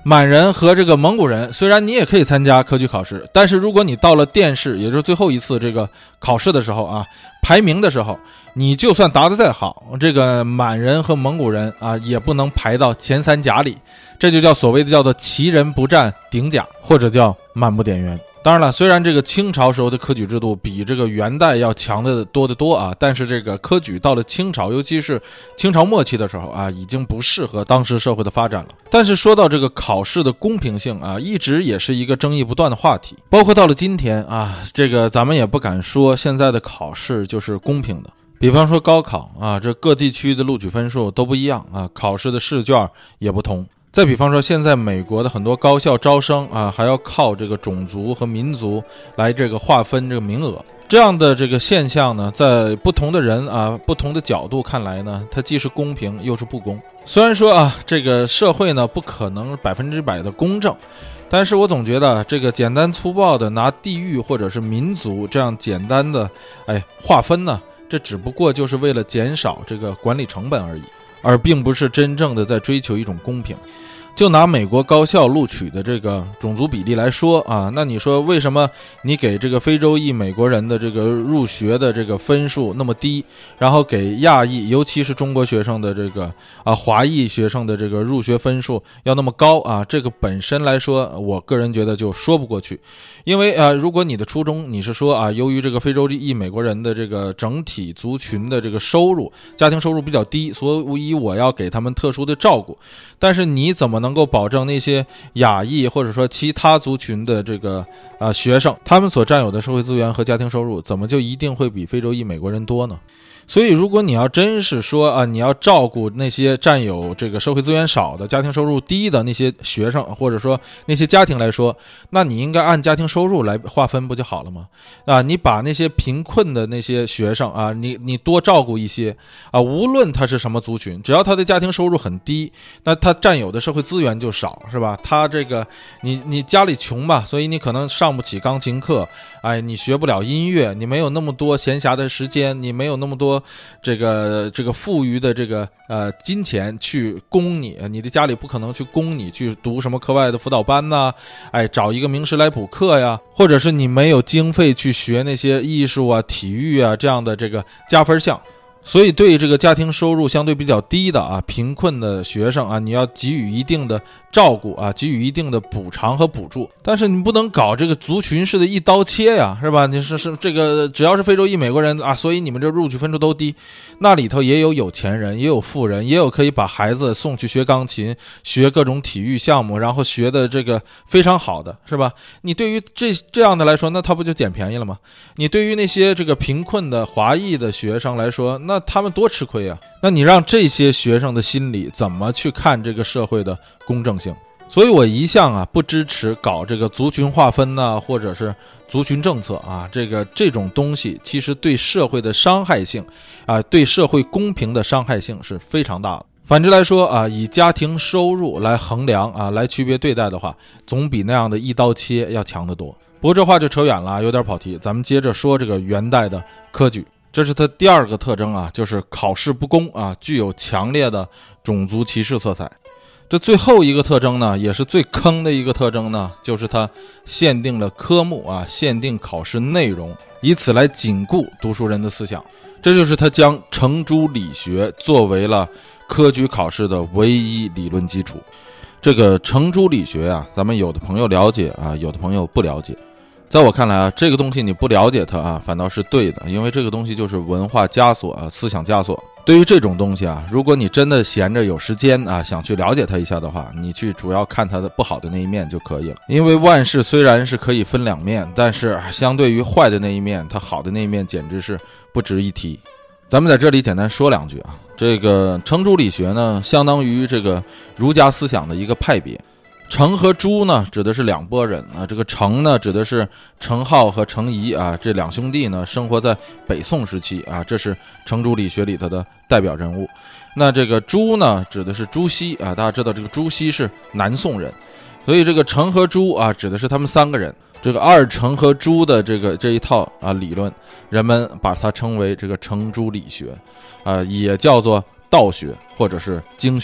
满人和这个蒙古人，虽然你也可以参加科举考试，但是如果你到了殿试，也就是最后一次这个考试的时候啊，排名的时候，你就算答得再好，这个满人和蒙古人啊，也不能排到前三甲里，这就叫所谓的叫做奇人不占顶甲，或者叫满不点员。当然了，虽然这个清朝时候的科举制度比这个元代要强的多得多啊，但是这个科举到了清朝，尤其是清朝末期的时候啊，已经不适合当时社会的发展了。但是说到这个考试的公平性啊，一直也是一个争议不断的话题，包括到了今天啊，这个咱们也不敢说现在的考试就是公平的。比方说高考啊，这各地区的录取分数都不一样啊，考试的试卷也不同。再比方说，现在美国的很多高校招生啊，还要靠这个种族和民族来这个划分这个名额。这样的这个现象呢，在不同的人啊、不同的角度看来呢，它既是公平又是不公。虽然说啊，这个社会呢不可能百分之百的公正，但是我总觉得这个简单粗暴的拿地域或者是民族这样简单的哎划分呢，这只不过就是为了减少这个管理成本而已，而并不是真正的在追求一种公平。就拿美国高校录取的这个种族比例来说啊，那你说为什么你给这个非洲裔美国人的这个入学的这个分数那么低，然后给亚裔尤其是中国学生的这个啊华裔学生的这个入学分数要那么高啊？这个本身来说，我个人觉得就说不过去。因为啊，如果你的初衷你是说啊，由于这个非洲裔美国人的这个整体族群的这个收入家庭收入比较低，所以我要给他们特殊的照顾，但是你怎么能够保证那些亚裔或者说其他族群的这个啊学生，他们所占有的社会资源和家庭收入怎么就一定会比非洲裔美国人多呢？所以如果你要真是说啊，你要照顾那些占有这个社会资源少的家庭收入低的那些学生或者说那些家庭来说，那你应该按家庭收入来划分不就好了吗？啊，你把那些贫困的那些学生啊，你你多照顾一些啊，无论他是什么族群，只要他的家庭收入很低，那他占有的社会资源就少，是吧？他这个你你家里穷嘛，所以你可能上不起钢琴课，哎，你学不了音乐，你没有那么多闲暇的时间，你没有那么多这个这个富余的这个呃金钱去供你，你的家里不可能去供你去读什么课外的辅导班呐，哎，找一个名师来补课呀，或者是你没有经费去学那些艺术啊、体育啊这样的这个加分项。所以对这个家庭收入相对比较低的啊贫困的学生啊，你要给予一定的照顾啊，给予一定的补偿和补助，但是你不能搞这个族群式的一刀切呀，是吧？你是是这个只要是非洲裔美国人啊，所以你们这录取分数都低，那里头也有有钱人，也有富人，也有可以把孩子送去学钢琴、学各种体育项目，然后学的这个非常好的，是吧？你对于这这样的来说，那他不就捡便宜了吗？你对于那些这个贫困的华裔的学生来说，那他们多吃亏啊！那你让这些学生的心理怎么去看这个社会的公正性？所以我一向啊不支持搞这个族群划分呐、啊，或者是族群政策啊，这个这种东西其实对社会的伤害性啊，对社会公平的伤害性是非常大的。反之来说啊，以家庭收入来衡量啊，来区别对待的话，总比那样的一刀切要强得多。不过这话就扯远了，有点跑题。咱们接着说这个元代的科举。这是它第二个特征啊，就是考试不公啊，具有强烈的种族歧视色彩。这最后一个特征呢，也是最坑的一个特征呢，就是它限定了科目啊，限定考试内容，以此来紧固读书人的思想。这就是它将程朱理学作为了科举考试的唯一理论基础。这个程朱理学啊，咱们有的朋友了解啊，有的朋友不了解。在我看来啊，这个东西你不了解它啊，反倒是对的，因为这个东西就是文化枷锁啊，思想枷锁。对于这种东西啊，如果你真的闲着有时间啊，想去了解它一下的话，你去主要看它的不好的那一面就可以了。因为万事虽然是可以分两面，但是相对于坏的那一面，它好的那一面简直是不值一提。咱们在这里简单说两句啊，这个程朱理学呢，相当于这个儒家思想的一个派别。程和朱呢，指的是两拨人啊。这个程呢，指的是程颢和程颐啊，这两兄弟呢，生活在北宋时期啊，这是程朱理学里头的代表人物。那这个朱呢，指的是朱熹啊，大家知道这个朱熹是南宋人，所以这个程和朱啊，指的是他们三个人。这个二程和朱的这个这一套啊理论，人们把它称为这个程朱理学，啊，也叫做道学或者是经学。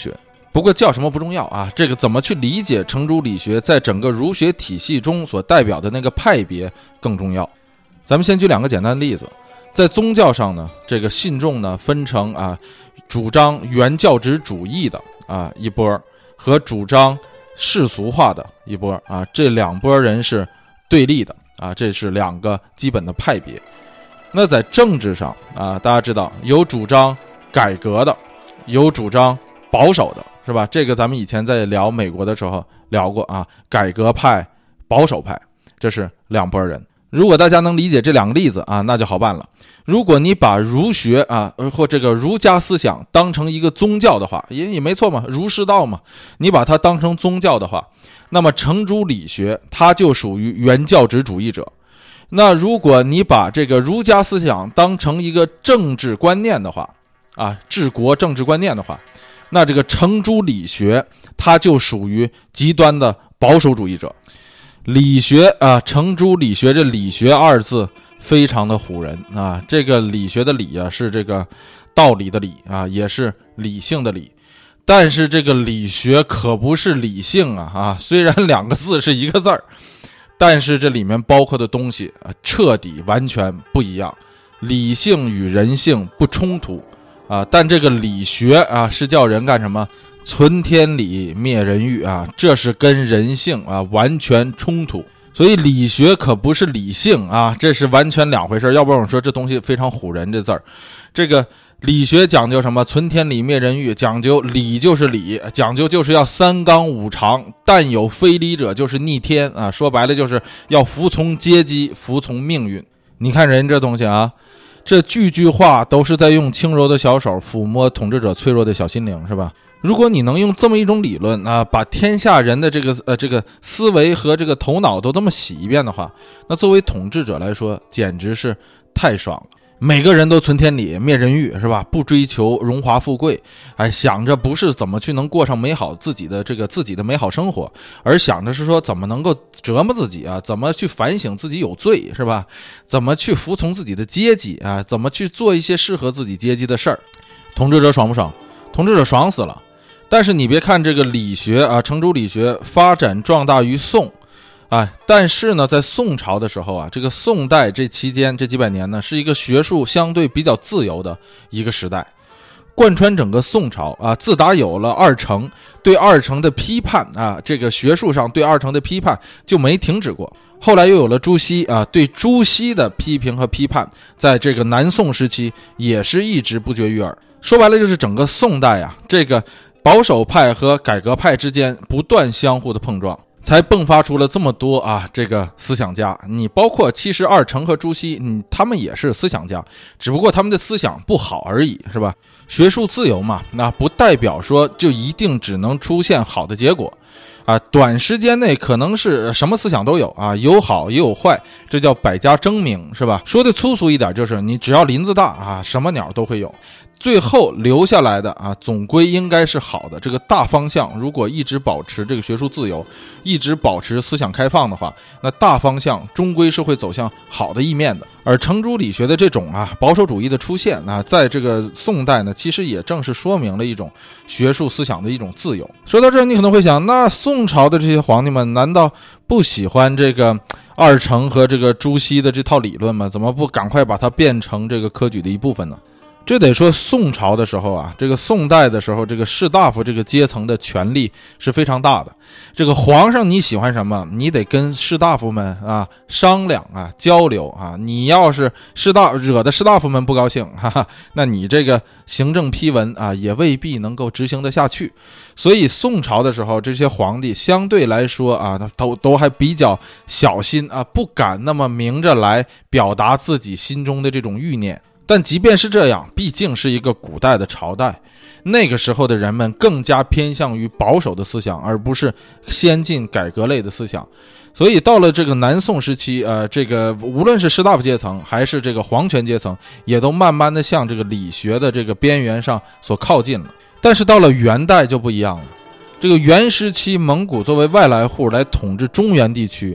不过叫什么不重要啊，这个怎么去理解程朱理学在整个儒学体系中所代表的那个派别更重要。咱们先举两个简单的例子。在宗教上呢，这个信众呢分成啊主张原教旨主义的啊一波，和主张世俗化的一波啊，这两拨人是对立的啊，这是两个基本的派别。那在政治上啊，大家知道有主张改革的，有主张保守的，是吧？这个咱们以前在聊美国的时候聊过啊，改革派、保守派，这是两拨人。如果大家能理解这两个例子啊，那就好办了。如果你把儒学啊或这个儒家思想当成一个宗教的话，也也没错嘛，儒释道嘛，你把它当成宗教的话，那么程朱理学它就属于原教旨主义者。那如果你把这个儒家思想当成一个政治观念的话啊，治国政治观念的话，那这个程朱理学它就属于极端的保守主义者。理学啊，程朱理学这理学二字非常的唬人啊，这个理学的理啊是这个道理的理啊，也是理性的理，但是这个理学可不是理性啊啊，虽然两个字是一个字儿，但是这里面包括的东西啊彻底完全不一样。理性与人性不冲突啊，但这个理学啊是叫人干什么？存天理，灭人欲啊，这是跟人性啊完全冲突。所以理学可不是理性啊，这是完全两回事。要不然我说这东西非常唬人，这字儿。这个理学讲究什么？存天理，灭人欲，讲究理就是理，讲究就是要三纲五常，但有非礼者就是逆天啊。说白了就是要服从阶级，服从命运。你看人这东西啊，这句句话都是在用轻柔的小手抚摸统治者脆弱的小心灵，是吧？如果你能用这么一种理论啊，把天下人的这个呃这个思维和这个头脑都这么洗一遍的话，那作为统治者来说，简直是太爽了。每个人都存天理，灭人欲，是吧？不追求荣华富贵，哎，想着不是怎么去能过上美好自己的这个自己的美好生活，而想着是说怎么能够折磨自己啊，怎么去反省自己有罪，是吧？怎么去服从自己的阶级啊？怎么去做一些适合自己阶级的事儿？统治者爽不爽？统治者爽死了。但是你别看这个理学啊，程朱理学发展壮大于宋啊，但是呢，在宋朝的时候啊，这个宋代这期间这几百年呢，是一个学术相对比较自由的一个时代，贯穿整个宋朝啊。自打有了二程，对二程的批判啊，这个学术上对二程的批判就没停止过。后来又有了朱熹啊，对朱熹的批评和批判，在这个南宋时期也是一直不绝于耳。说白了就是整个宋代啊，这个保守派和改革派之间不断相互的碰撞，才迸发出了这么多啊这个思想家。你包括其实二程和朱熹，嗯，他们也是思想家，只不过他们的思想不好而已，是吧？学术自由嘛，那不代表说就一定只能出现好的结果啊。短时间内可能是什么思想都有啊，有好也有坏，这叫百家争鸣，是吧？说的粗俗一点，就是你只要林子大啊，什么鸟都会有。最后留下来的啊，总归应该是好的。这个大方向如果一直保持这个学术自由，一直保持思想开放的话，那大方向终归是会走向好的一面的。而程朱理学的这种啊保守主义的出现啊，在这个宋代呢，其实也正是说明了一种学术思想的一种自由。说到这儿，你可能会想，那宋朝的这些皇帝们难道不喜欢这个二程和这个朱熹的这套理论吗？怎么不赶快把它变成这个科举的一部分呢？这得说宋朝的时候啊，这个宋代的时候，这个士大夫这个阶层的权力是非常大的。这个皇上你喜欢什么，你得跟士大夫们啊商量啊交流啊。你要是士大惹得士大夫们不高兴，哈哈，那你这个行政批文啊也未必能够执行得下去。所以宋朝的时候，这些皇帝相对来说啊，都都还比较小心啊，不敢那么明着来表达自己心中的这种欲念。但即便是这样，毕竟是一个古代的朝代，那个时候的人们更加偏向于保守的思想，而不是先进改革类的思想。所以到了这个南宋时期，呃，这个无论是士大夫阶层还是这个皇权阶层，也都慢慢的向这个理学的这个边缘上所靠近了。但是到了元代就不一样了。这个元时期，蒙古作为外来户来统治中原地区，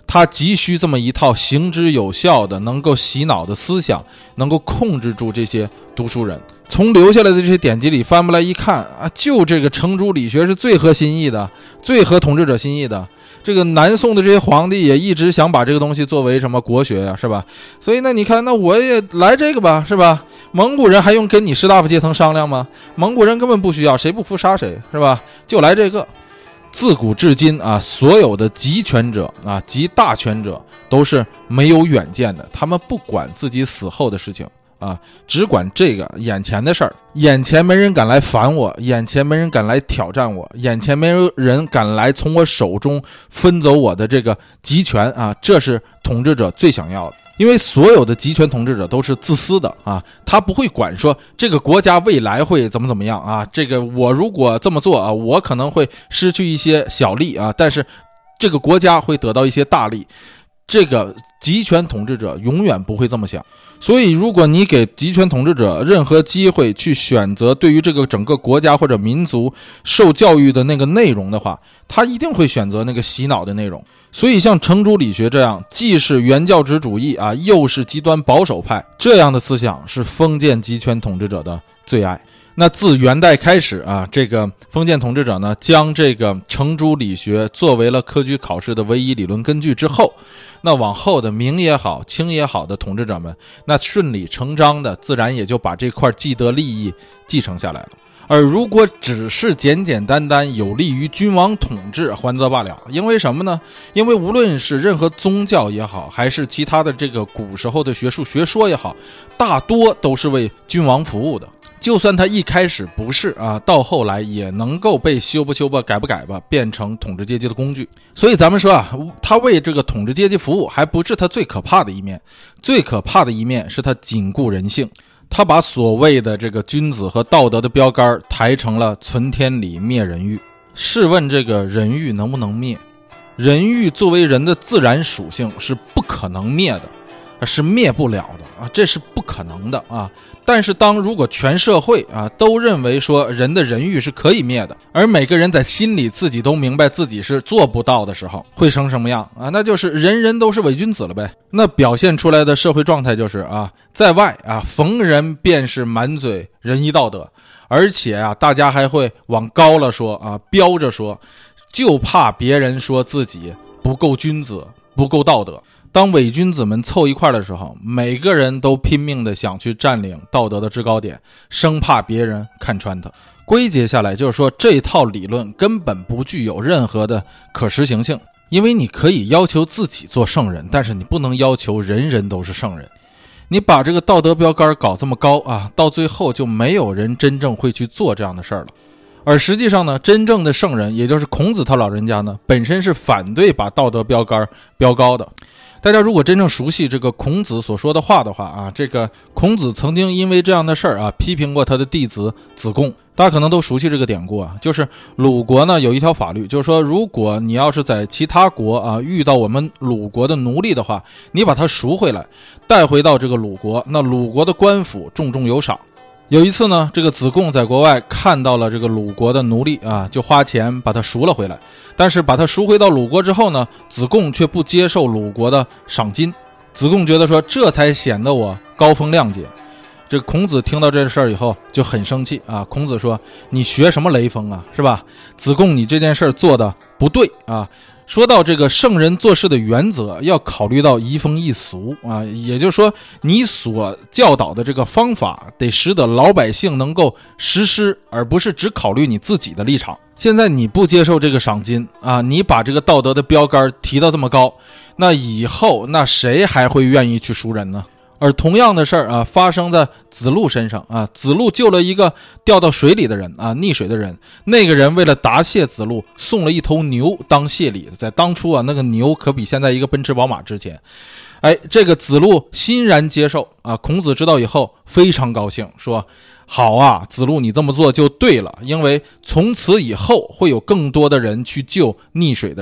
他急需这么一套行之有效的能够洗脑的思想，能够控制住这些读书人。从留下来的这些典籍里翻过来一看啊，就这个程朱理学是最合心意的，最合统治者心意的。这个南宋的这些皇帝也一直想把这个东西作为什么国学呀、啊，是吧？所以呢，你看，那我也来这个吧，是吧？蒙古人还用跟你士大夫阶层商量吗？蒙古人根本不需要，谁不服杀谁，是吧？就来这个。自古至今啊，所有的集权者啊，集大权者都是没有远见的，他们不管自己死后的事情啊，只管这个眼前的事儿。眼前没人敢来烦我，眼前没人敢来挑战我，眼前没人敢来从我手中分走我的这个集权啊，这是统治者最想要的。因为所有的集权统治者都是自私的啊，他不会管说这个国家未来会怎么怎么样啊，这个我如果这么做啊，我可能会失去一些小利啊，但是这个国家会得到一些大利。这个集权统治者永远不会这么想。所以如果你给集权统治者任何机会去选择对于这个整个国家或者民族受教育的那个内容的话，他一定会选择那个洗脑的内容。所以像程朱理学这样既是原教旨主义啊，又是极端保守派，这样的思想是封建集权统治者的最爱。那自元代开始啊，这个封建统治者呢，将这个程朱理学作为了科举考试的唯一理论根据之后，那往后的明也好清也好的统治者们，那顺理成章的自然也就把这块既得利益继承下来了。而如果只是简简单单有利于君王统治，还则罢了。因为什么呢？因为无论是任何宗教也好，还是其他的这个古时候的学术学说也好，大多都是为君王服务的。就算他一开始不是啊，到后来也能够被修吧修吧改不改吧变成统治阶级的工具。所以咱们说啊，他为这个统治阶级服务还不是他最可怕的一面，最可怕的一面是他紧固人性。他把所谓的这个君子和道德的标杆抬成了存天理灭人欲。试问这个人欲能不能灭？人欲作为人的自然属性是不可能灭的，是灭不了的啊，这是不可能的啊。但是当如果全社会啊都认为说人的人欲是可以灭的，而每个人在心里自己都明白自己是做不到的时候，会成什么样啊？那就是人人都是伪君子了呗。那表现出来的社会状态就是啊，在外啊逢人便是满嘴仁义道德，而且啊大家还会往高了说啊，标着说，就怕别人说自己不够君子，不够道德。当伪君子们凑一块的时候，每个人都拼命的想去占领道德的制高点，生怕别人看穿他。归结下来就是说，这套理论根本不具有任何的可实行性。因为你可以要求自己做圣人，但是你不能要求人人都是圣人。你把这个道德标杆搞这么高啊，到最后就没有人真正会去做这样的事儿了。而实际上呢，真正的圣人，也就是孔子他老人家呢，本身是反对把道德标杆标高的。大家如果真正熟悉这个孔子所说的话的话啊，这个孔子曾经因为这样的事儿啊，批评过他的弟子子贡。大家可能都熟悉这个典故啊，就是鲁国呢有一条法律，就是说如果你要是在其他国啊遇到我们鲁国的奴隶的话，你把他赎回来，带回到这个鲁国，那鲁国的官府重重有赏。有一次呢，这个子贡在国外看到了这个鲁国的奴隶啊，就花钱把他赎了回来。但是把他赎回到鲁国之后呢，子贡却不接受鲁国的赏金。子贡觉得说，这才显得我高风亮节。这个孔子听到这事儿以后就很生气啊。孔子说，你学什么雷锋啊，是吧？子贡，你这件事做的不对啊。说到这个圣人做事的原则，要考虑到移风易俗啊，也就是说，你所教导的这个方法得使得老百姓能够实施，而不是只考虑你自己的立场。现在你不接受这个赏金啊，你把这个道德的标杆提到这么高，那以后那谁还会愿意去赎人呢？而同样的事儿啊，发生在子路身上啊。子路救了一个掉到水里的人啊，溺水的人。那个人为了答谢子路，送了一头牛当谢礼。在当初啊，那个牛可比现在一个奔驰宝马值钱。哎，这个子路欣然接受啊。孔子知道以后非常高兴，说：“好啊，子路，你这么做就对了，因为从此以后会有更多的人去救溺水的人。”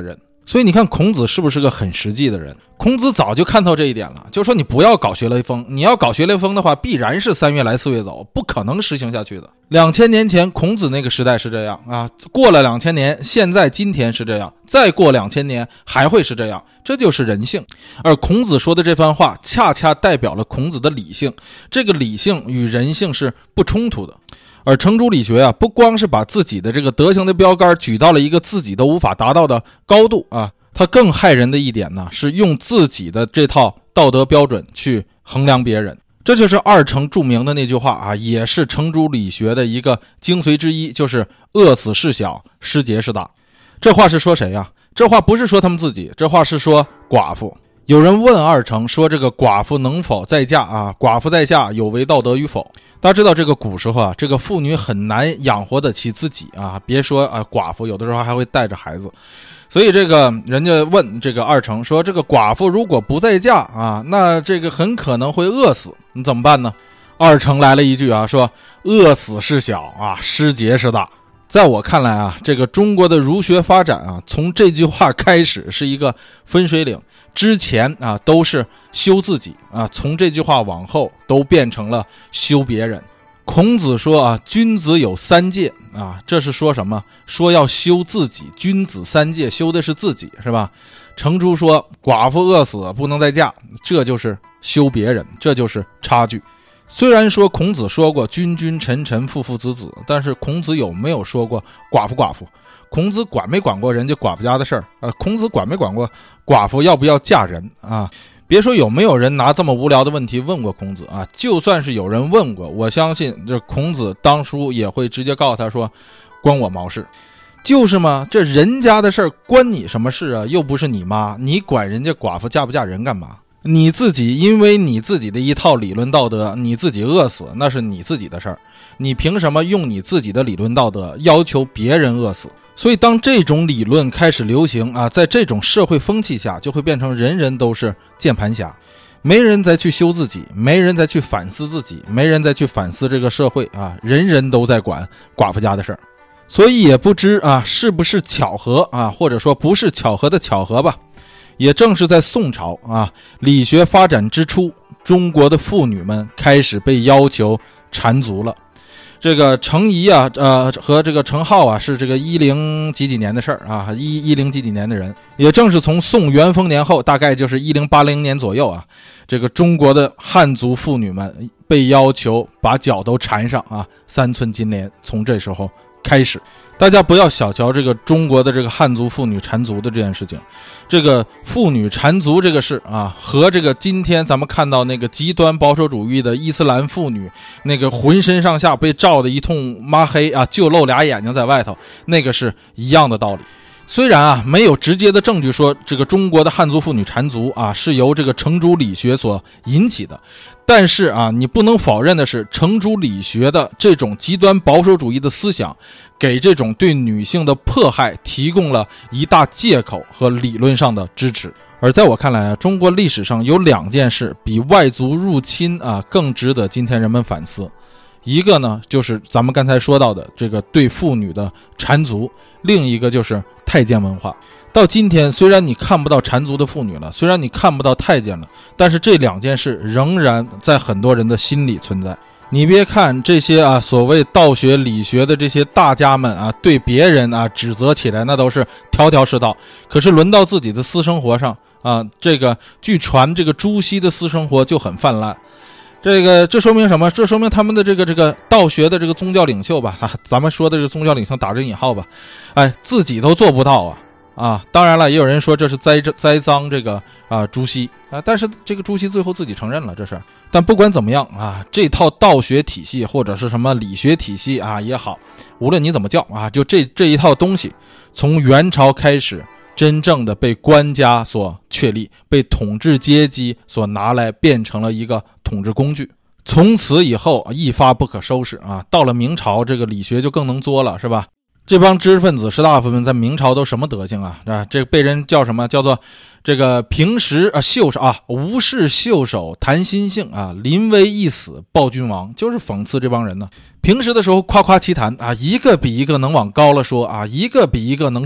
所以你看孔子是不是个很实际的人？孔子早就看透这一点了，就说你不要搞学雷锋，你要搞学雷锋的话，必然是三月来四月走，不可能实行下去的。两千年前孔子那个时代是这样啊，过了两千年，现在今天是这样，再过两千年还会是这样，这就是人性。而孔子说的这番话，恰恰代表了孔子的理性，这个理性与人性是不冲突的。而程朱理学啊，不光是把自己的这个德行的标杆举到了一个自己都无法达到的高度啊，它更害人的一点呢，是用自己的这套道德标准去衡量别人。这就是二程著名的那句话啊，也是程朱理学的一个精髓之一，就是饿死事小，失节事大。这话是说谁呀？这话不是说他们自己，这话是说寡妇。有人问二程说，这个寡妇能否再嫁啊？寡妇在下有违道德与否？大家知道这个古时候啊，这个妇女很难养活得起自己啊，别说啊寡妇，有的时候还会带着孩子。所以这个人家问这个二程说，这个寡妇如果不再嫁啊，那这个很可能会饿死，你怎么办呢？二程来了一句啊，说饿死事小啊，失节事大。在我看来啊，这个中国的儒学发展啊，从这句话开始是一个分水岭，之前啊都是修自己啊，从这句话往后都变成了修别人。孔子说啊，君子有三戒啊，这是说什么？说要修自己，君子三戒，修的是自己，是吧？程朱说寡妇饿死不能再嫁，这就是修别人，这就是差距。虽然说孔子说过君君臣臣父父子子，但是孔子有没有说过寡妇寡妇？孔子管没管过人家寡妇家的事儿啊？孔子管没管过寡妇要不要嫁人啊？别说有没有人拿这么无聊的问题问过孔子啊，就算是有人问过，我相信这孔子当初也会直接告诉他说，关我毛事。就是嘛，这人家的事儿关你什么事啊？又不是你妈，你管人家寡妇嫁不嫁人干嘛？你自己因为你自己的一套理论道德，你自己饿死，那是你自己的事儿，你凭什么用你自己的理论道德要求别人饿死？所以当这种理论开始流行啊，在这种社会风气下，就会变成人人都是键盘侠，没人再去修自己，没人再去反思自己，没人再去反思这个社会啊，人人都在管寡妇家的事儿。所以也不知啊是不是巧合啊，或者说不是巧合的巧合吧。也正是在宋朝啊，理学发展之初，中国的妇女们开始被要求缠足了。这个程颐啊，呃，和这个程颢啊，是这个一零几几年的事儿啊，一一零几几年的人。也正是从宋元丰年后，大概就是一零八零年左右啊，这个中国的汉族妇女们被要求把脚都缠上啊，三寸金莲，从这时候开始。大家不要小瞧这个中国的这个汉族妇女缠足的这件事情，这个妇女缠足这个事啊，和这个今天咱们看到那个极端保守主义的伊斯兰妇女，那个浑身上下被照得一通抹黑啊，就露俩眼睛在外头，那个是一样的道理。虽然啊没有直接的证据说这个中国的汉族妇女缠足啊是由这个程朱理学所引起的，但是啊你不能否认的是，程朱理学的这种极端保守主义的思想给这种对女性的迫害提供了一大借口和理论上的支持。而在我看来啊，中国历史上有两件事比外族入侵啊更值得今天人们反思。一个呢就是咱们刚才说到的这个对妇女的缠足，另一个就是太监文化。到今天虽然你看不到缠足的妇女了，虽然你看不到太监了，但是这两件事仍然在很多人的心里存在。你别看这些啊所谓道学理学的这些大家们啊，对别人啊指责起来那都是条条是道，可是轮到自己的私生活上啊，这个据传这个朱熹的私生活就很泛滥。这个这说明什么？这说明他们的这个这个道学的这个宗教领袖吧，啊、咱们说的这个宗教领袖打着引号吧，哎，自己都做不到啊啊！当然了，也有人说这是栽栽赃这个啊朱熹啊，但是这个朱熹最后自己承认了这事。但不管怎么样啊，这套道学体系或者是什么理学体系啊也好，无论你怎么叫啊，就这这一套东西，从元朝开始。真正的被官家所确立，被统治阶级所拿来变成了一个统治工具，从此以后一发不可收拾啊！到了明朝，这个理学就更能作了，是吧？这帮知识分子士大夫们在明朝都什么德行啊？啊，这被人叫什么？叫做这个平时啊袖手啊无事袖手谈心性啊，临危一死报君王，就是讽刺这帮人呢。平时的时候夸夸其谈啊，一个比一个能往高了说啊，一个比一个能吹。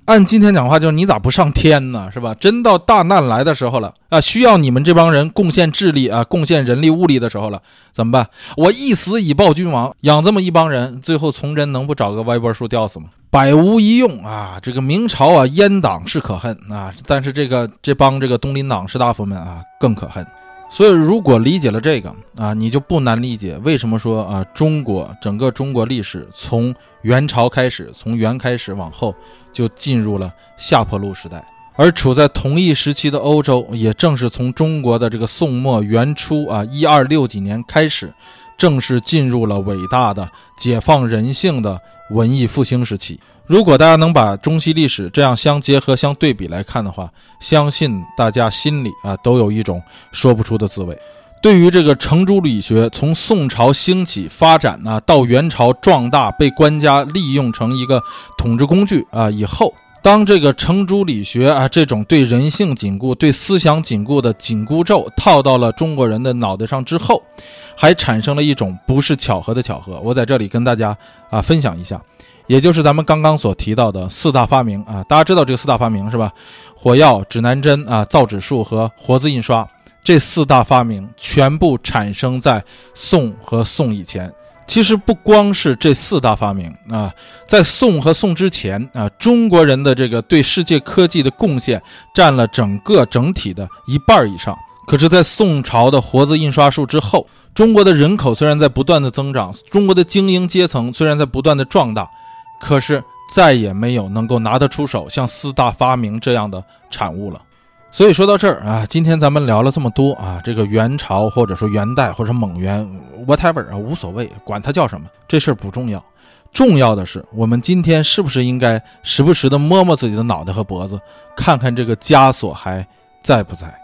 按今天讲话就是你咋不上天呢，是吧？真到大难来的时候了啊，需要你们这帮人贡献智力啊，贡献人力物力的时候了，怎么办？我一死以报君王，养这么一帮人，最后从真能不找个歪脖树吊死吗？百无一用啊！这个明朝啊，阉党是可恨啊，但是这个这帮这个东林党士大夫们啊更可恨。所以如果理解了这个啊，你就不难理解为什么说啊，中国整个中国历史从元朝开始，从元开始往后就进入了下坡路时代，而处在同一时期的欧洲，也正是从中国的这个宋末元初啊一二六几年开始，正式进入了伟大的解放人性的文艺复兴时期。如果大家能把中西历史这样相结合相对比来看的话，相信大家心里啊都有一种说不出的滋味。对于这个程朱理学从宋朝兴起发展啊，到元朝壮大被官家利用成一个统治工具啊以后，当这个程朱理学啊这种对人性紧箍、对思想紧箍的紧箍咒套到了中国人的脑袋上之后，还产生了一种不是巧合的巧合。我在这里跟大家啊分享一下，也就是咱们刚刚所提到的四大发明啊，大家知道这个四大发明是吧？火药、指南针啊、造纸术和活字印刷，这四大发明全部产生在宋和宋以前。其实不光是这四大发明啊，在宋和宋之前啊，中国人的这个对世界科技的贡献占了整个整体的一半以上。可是在宋朝的活字印刷术之后，中国的人口虽然在不断的增长，中国的精英阶层虽然在不断的壮大，可是再也没有能够拿得出手像四大发明这样的产物了。所以说到这儿啊，今天咱们聊了这么多啊，这个元朝或者说元代或者蒙元 whatever 啊，无所谓，管它叫什么，这事儿不重要。重要的是我们今天是不是应该时不时的摸摸自己的脑袋和脖子，看看这个枷锁还在不在。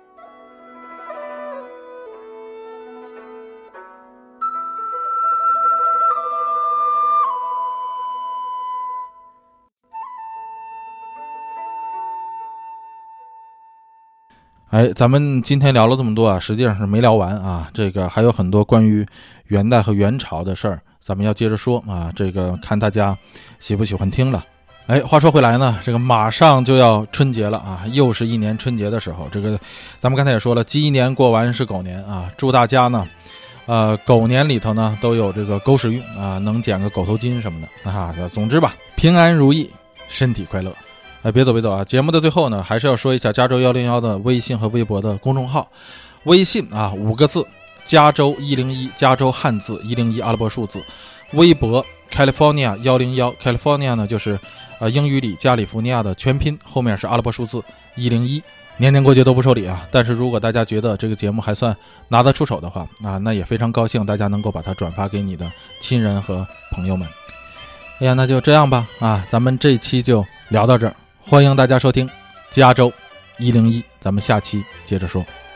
哎，咱们今天聊了这么多啊，实际上是没聊完啊。这个还有很多关于元代和元朝的事儿，咱们要接着说啊。这个看大家喜不喜欢听了。哎，话说回来呢，这个马上就要春节了啊，又是一年春节的时候。这个咱们刚才也说了，鸡年过完是狗年啊，祝大家呢，呃，狗年里头呢都有这个狗屎运啊，能捡个狗头金什么的啊。总之吧，平安如意，身体快乐。哎，别走别走啊！节目的最后呢，还是要说一下加州一零一的微信和微博的公众号。微信啊，五个字，加州一零一，加州汉字一零一阿拉伯数字。微博 California 一零一 California 呢就是呃英语里加利福尼亚的全拼，后面是阿拉伯数字一零一。年年过节都不收礼啊！但是如果大家觉得这个节目还算拿得出手的话啊，那也非常高兴大家能够把它转发给你的亲人和朋友们。哎呀，那就这样吧啊，咱们这期就聊到这儿。欢迎大家收听加州一零一，咱们下期接着说。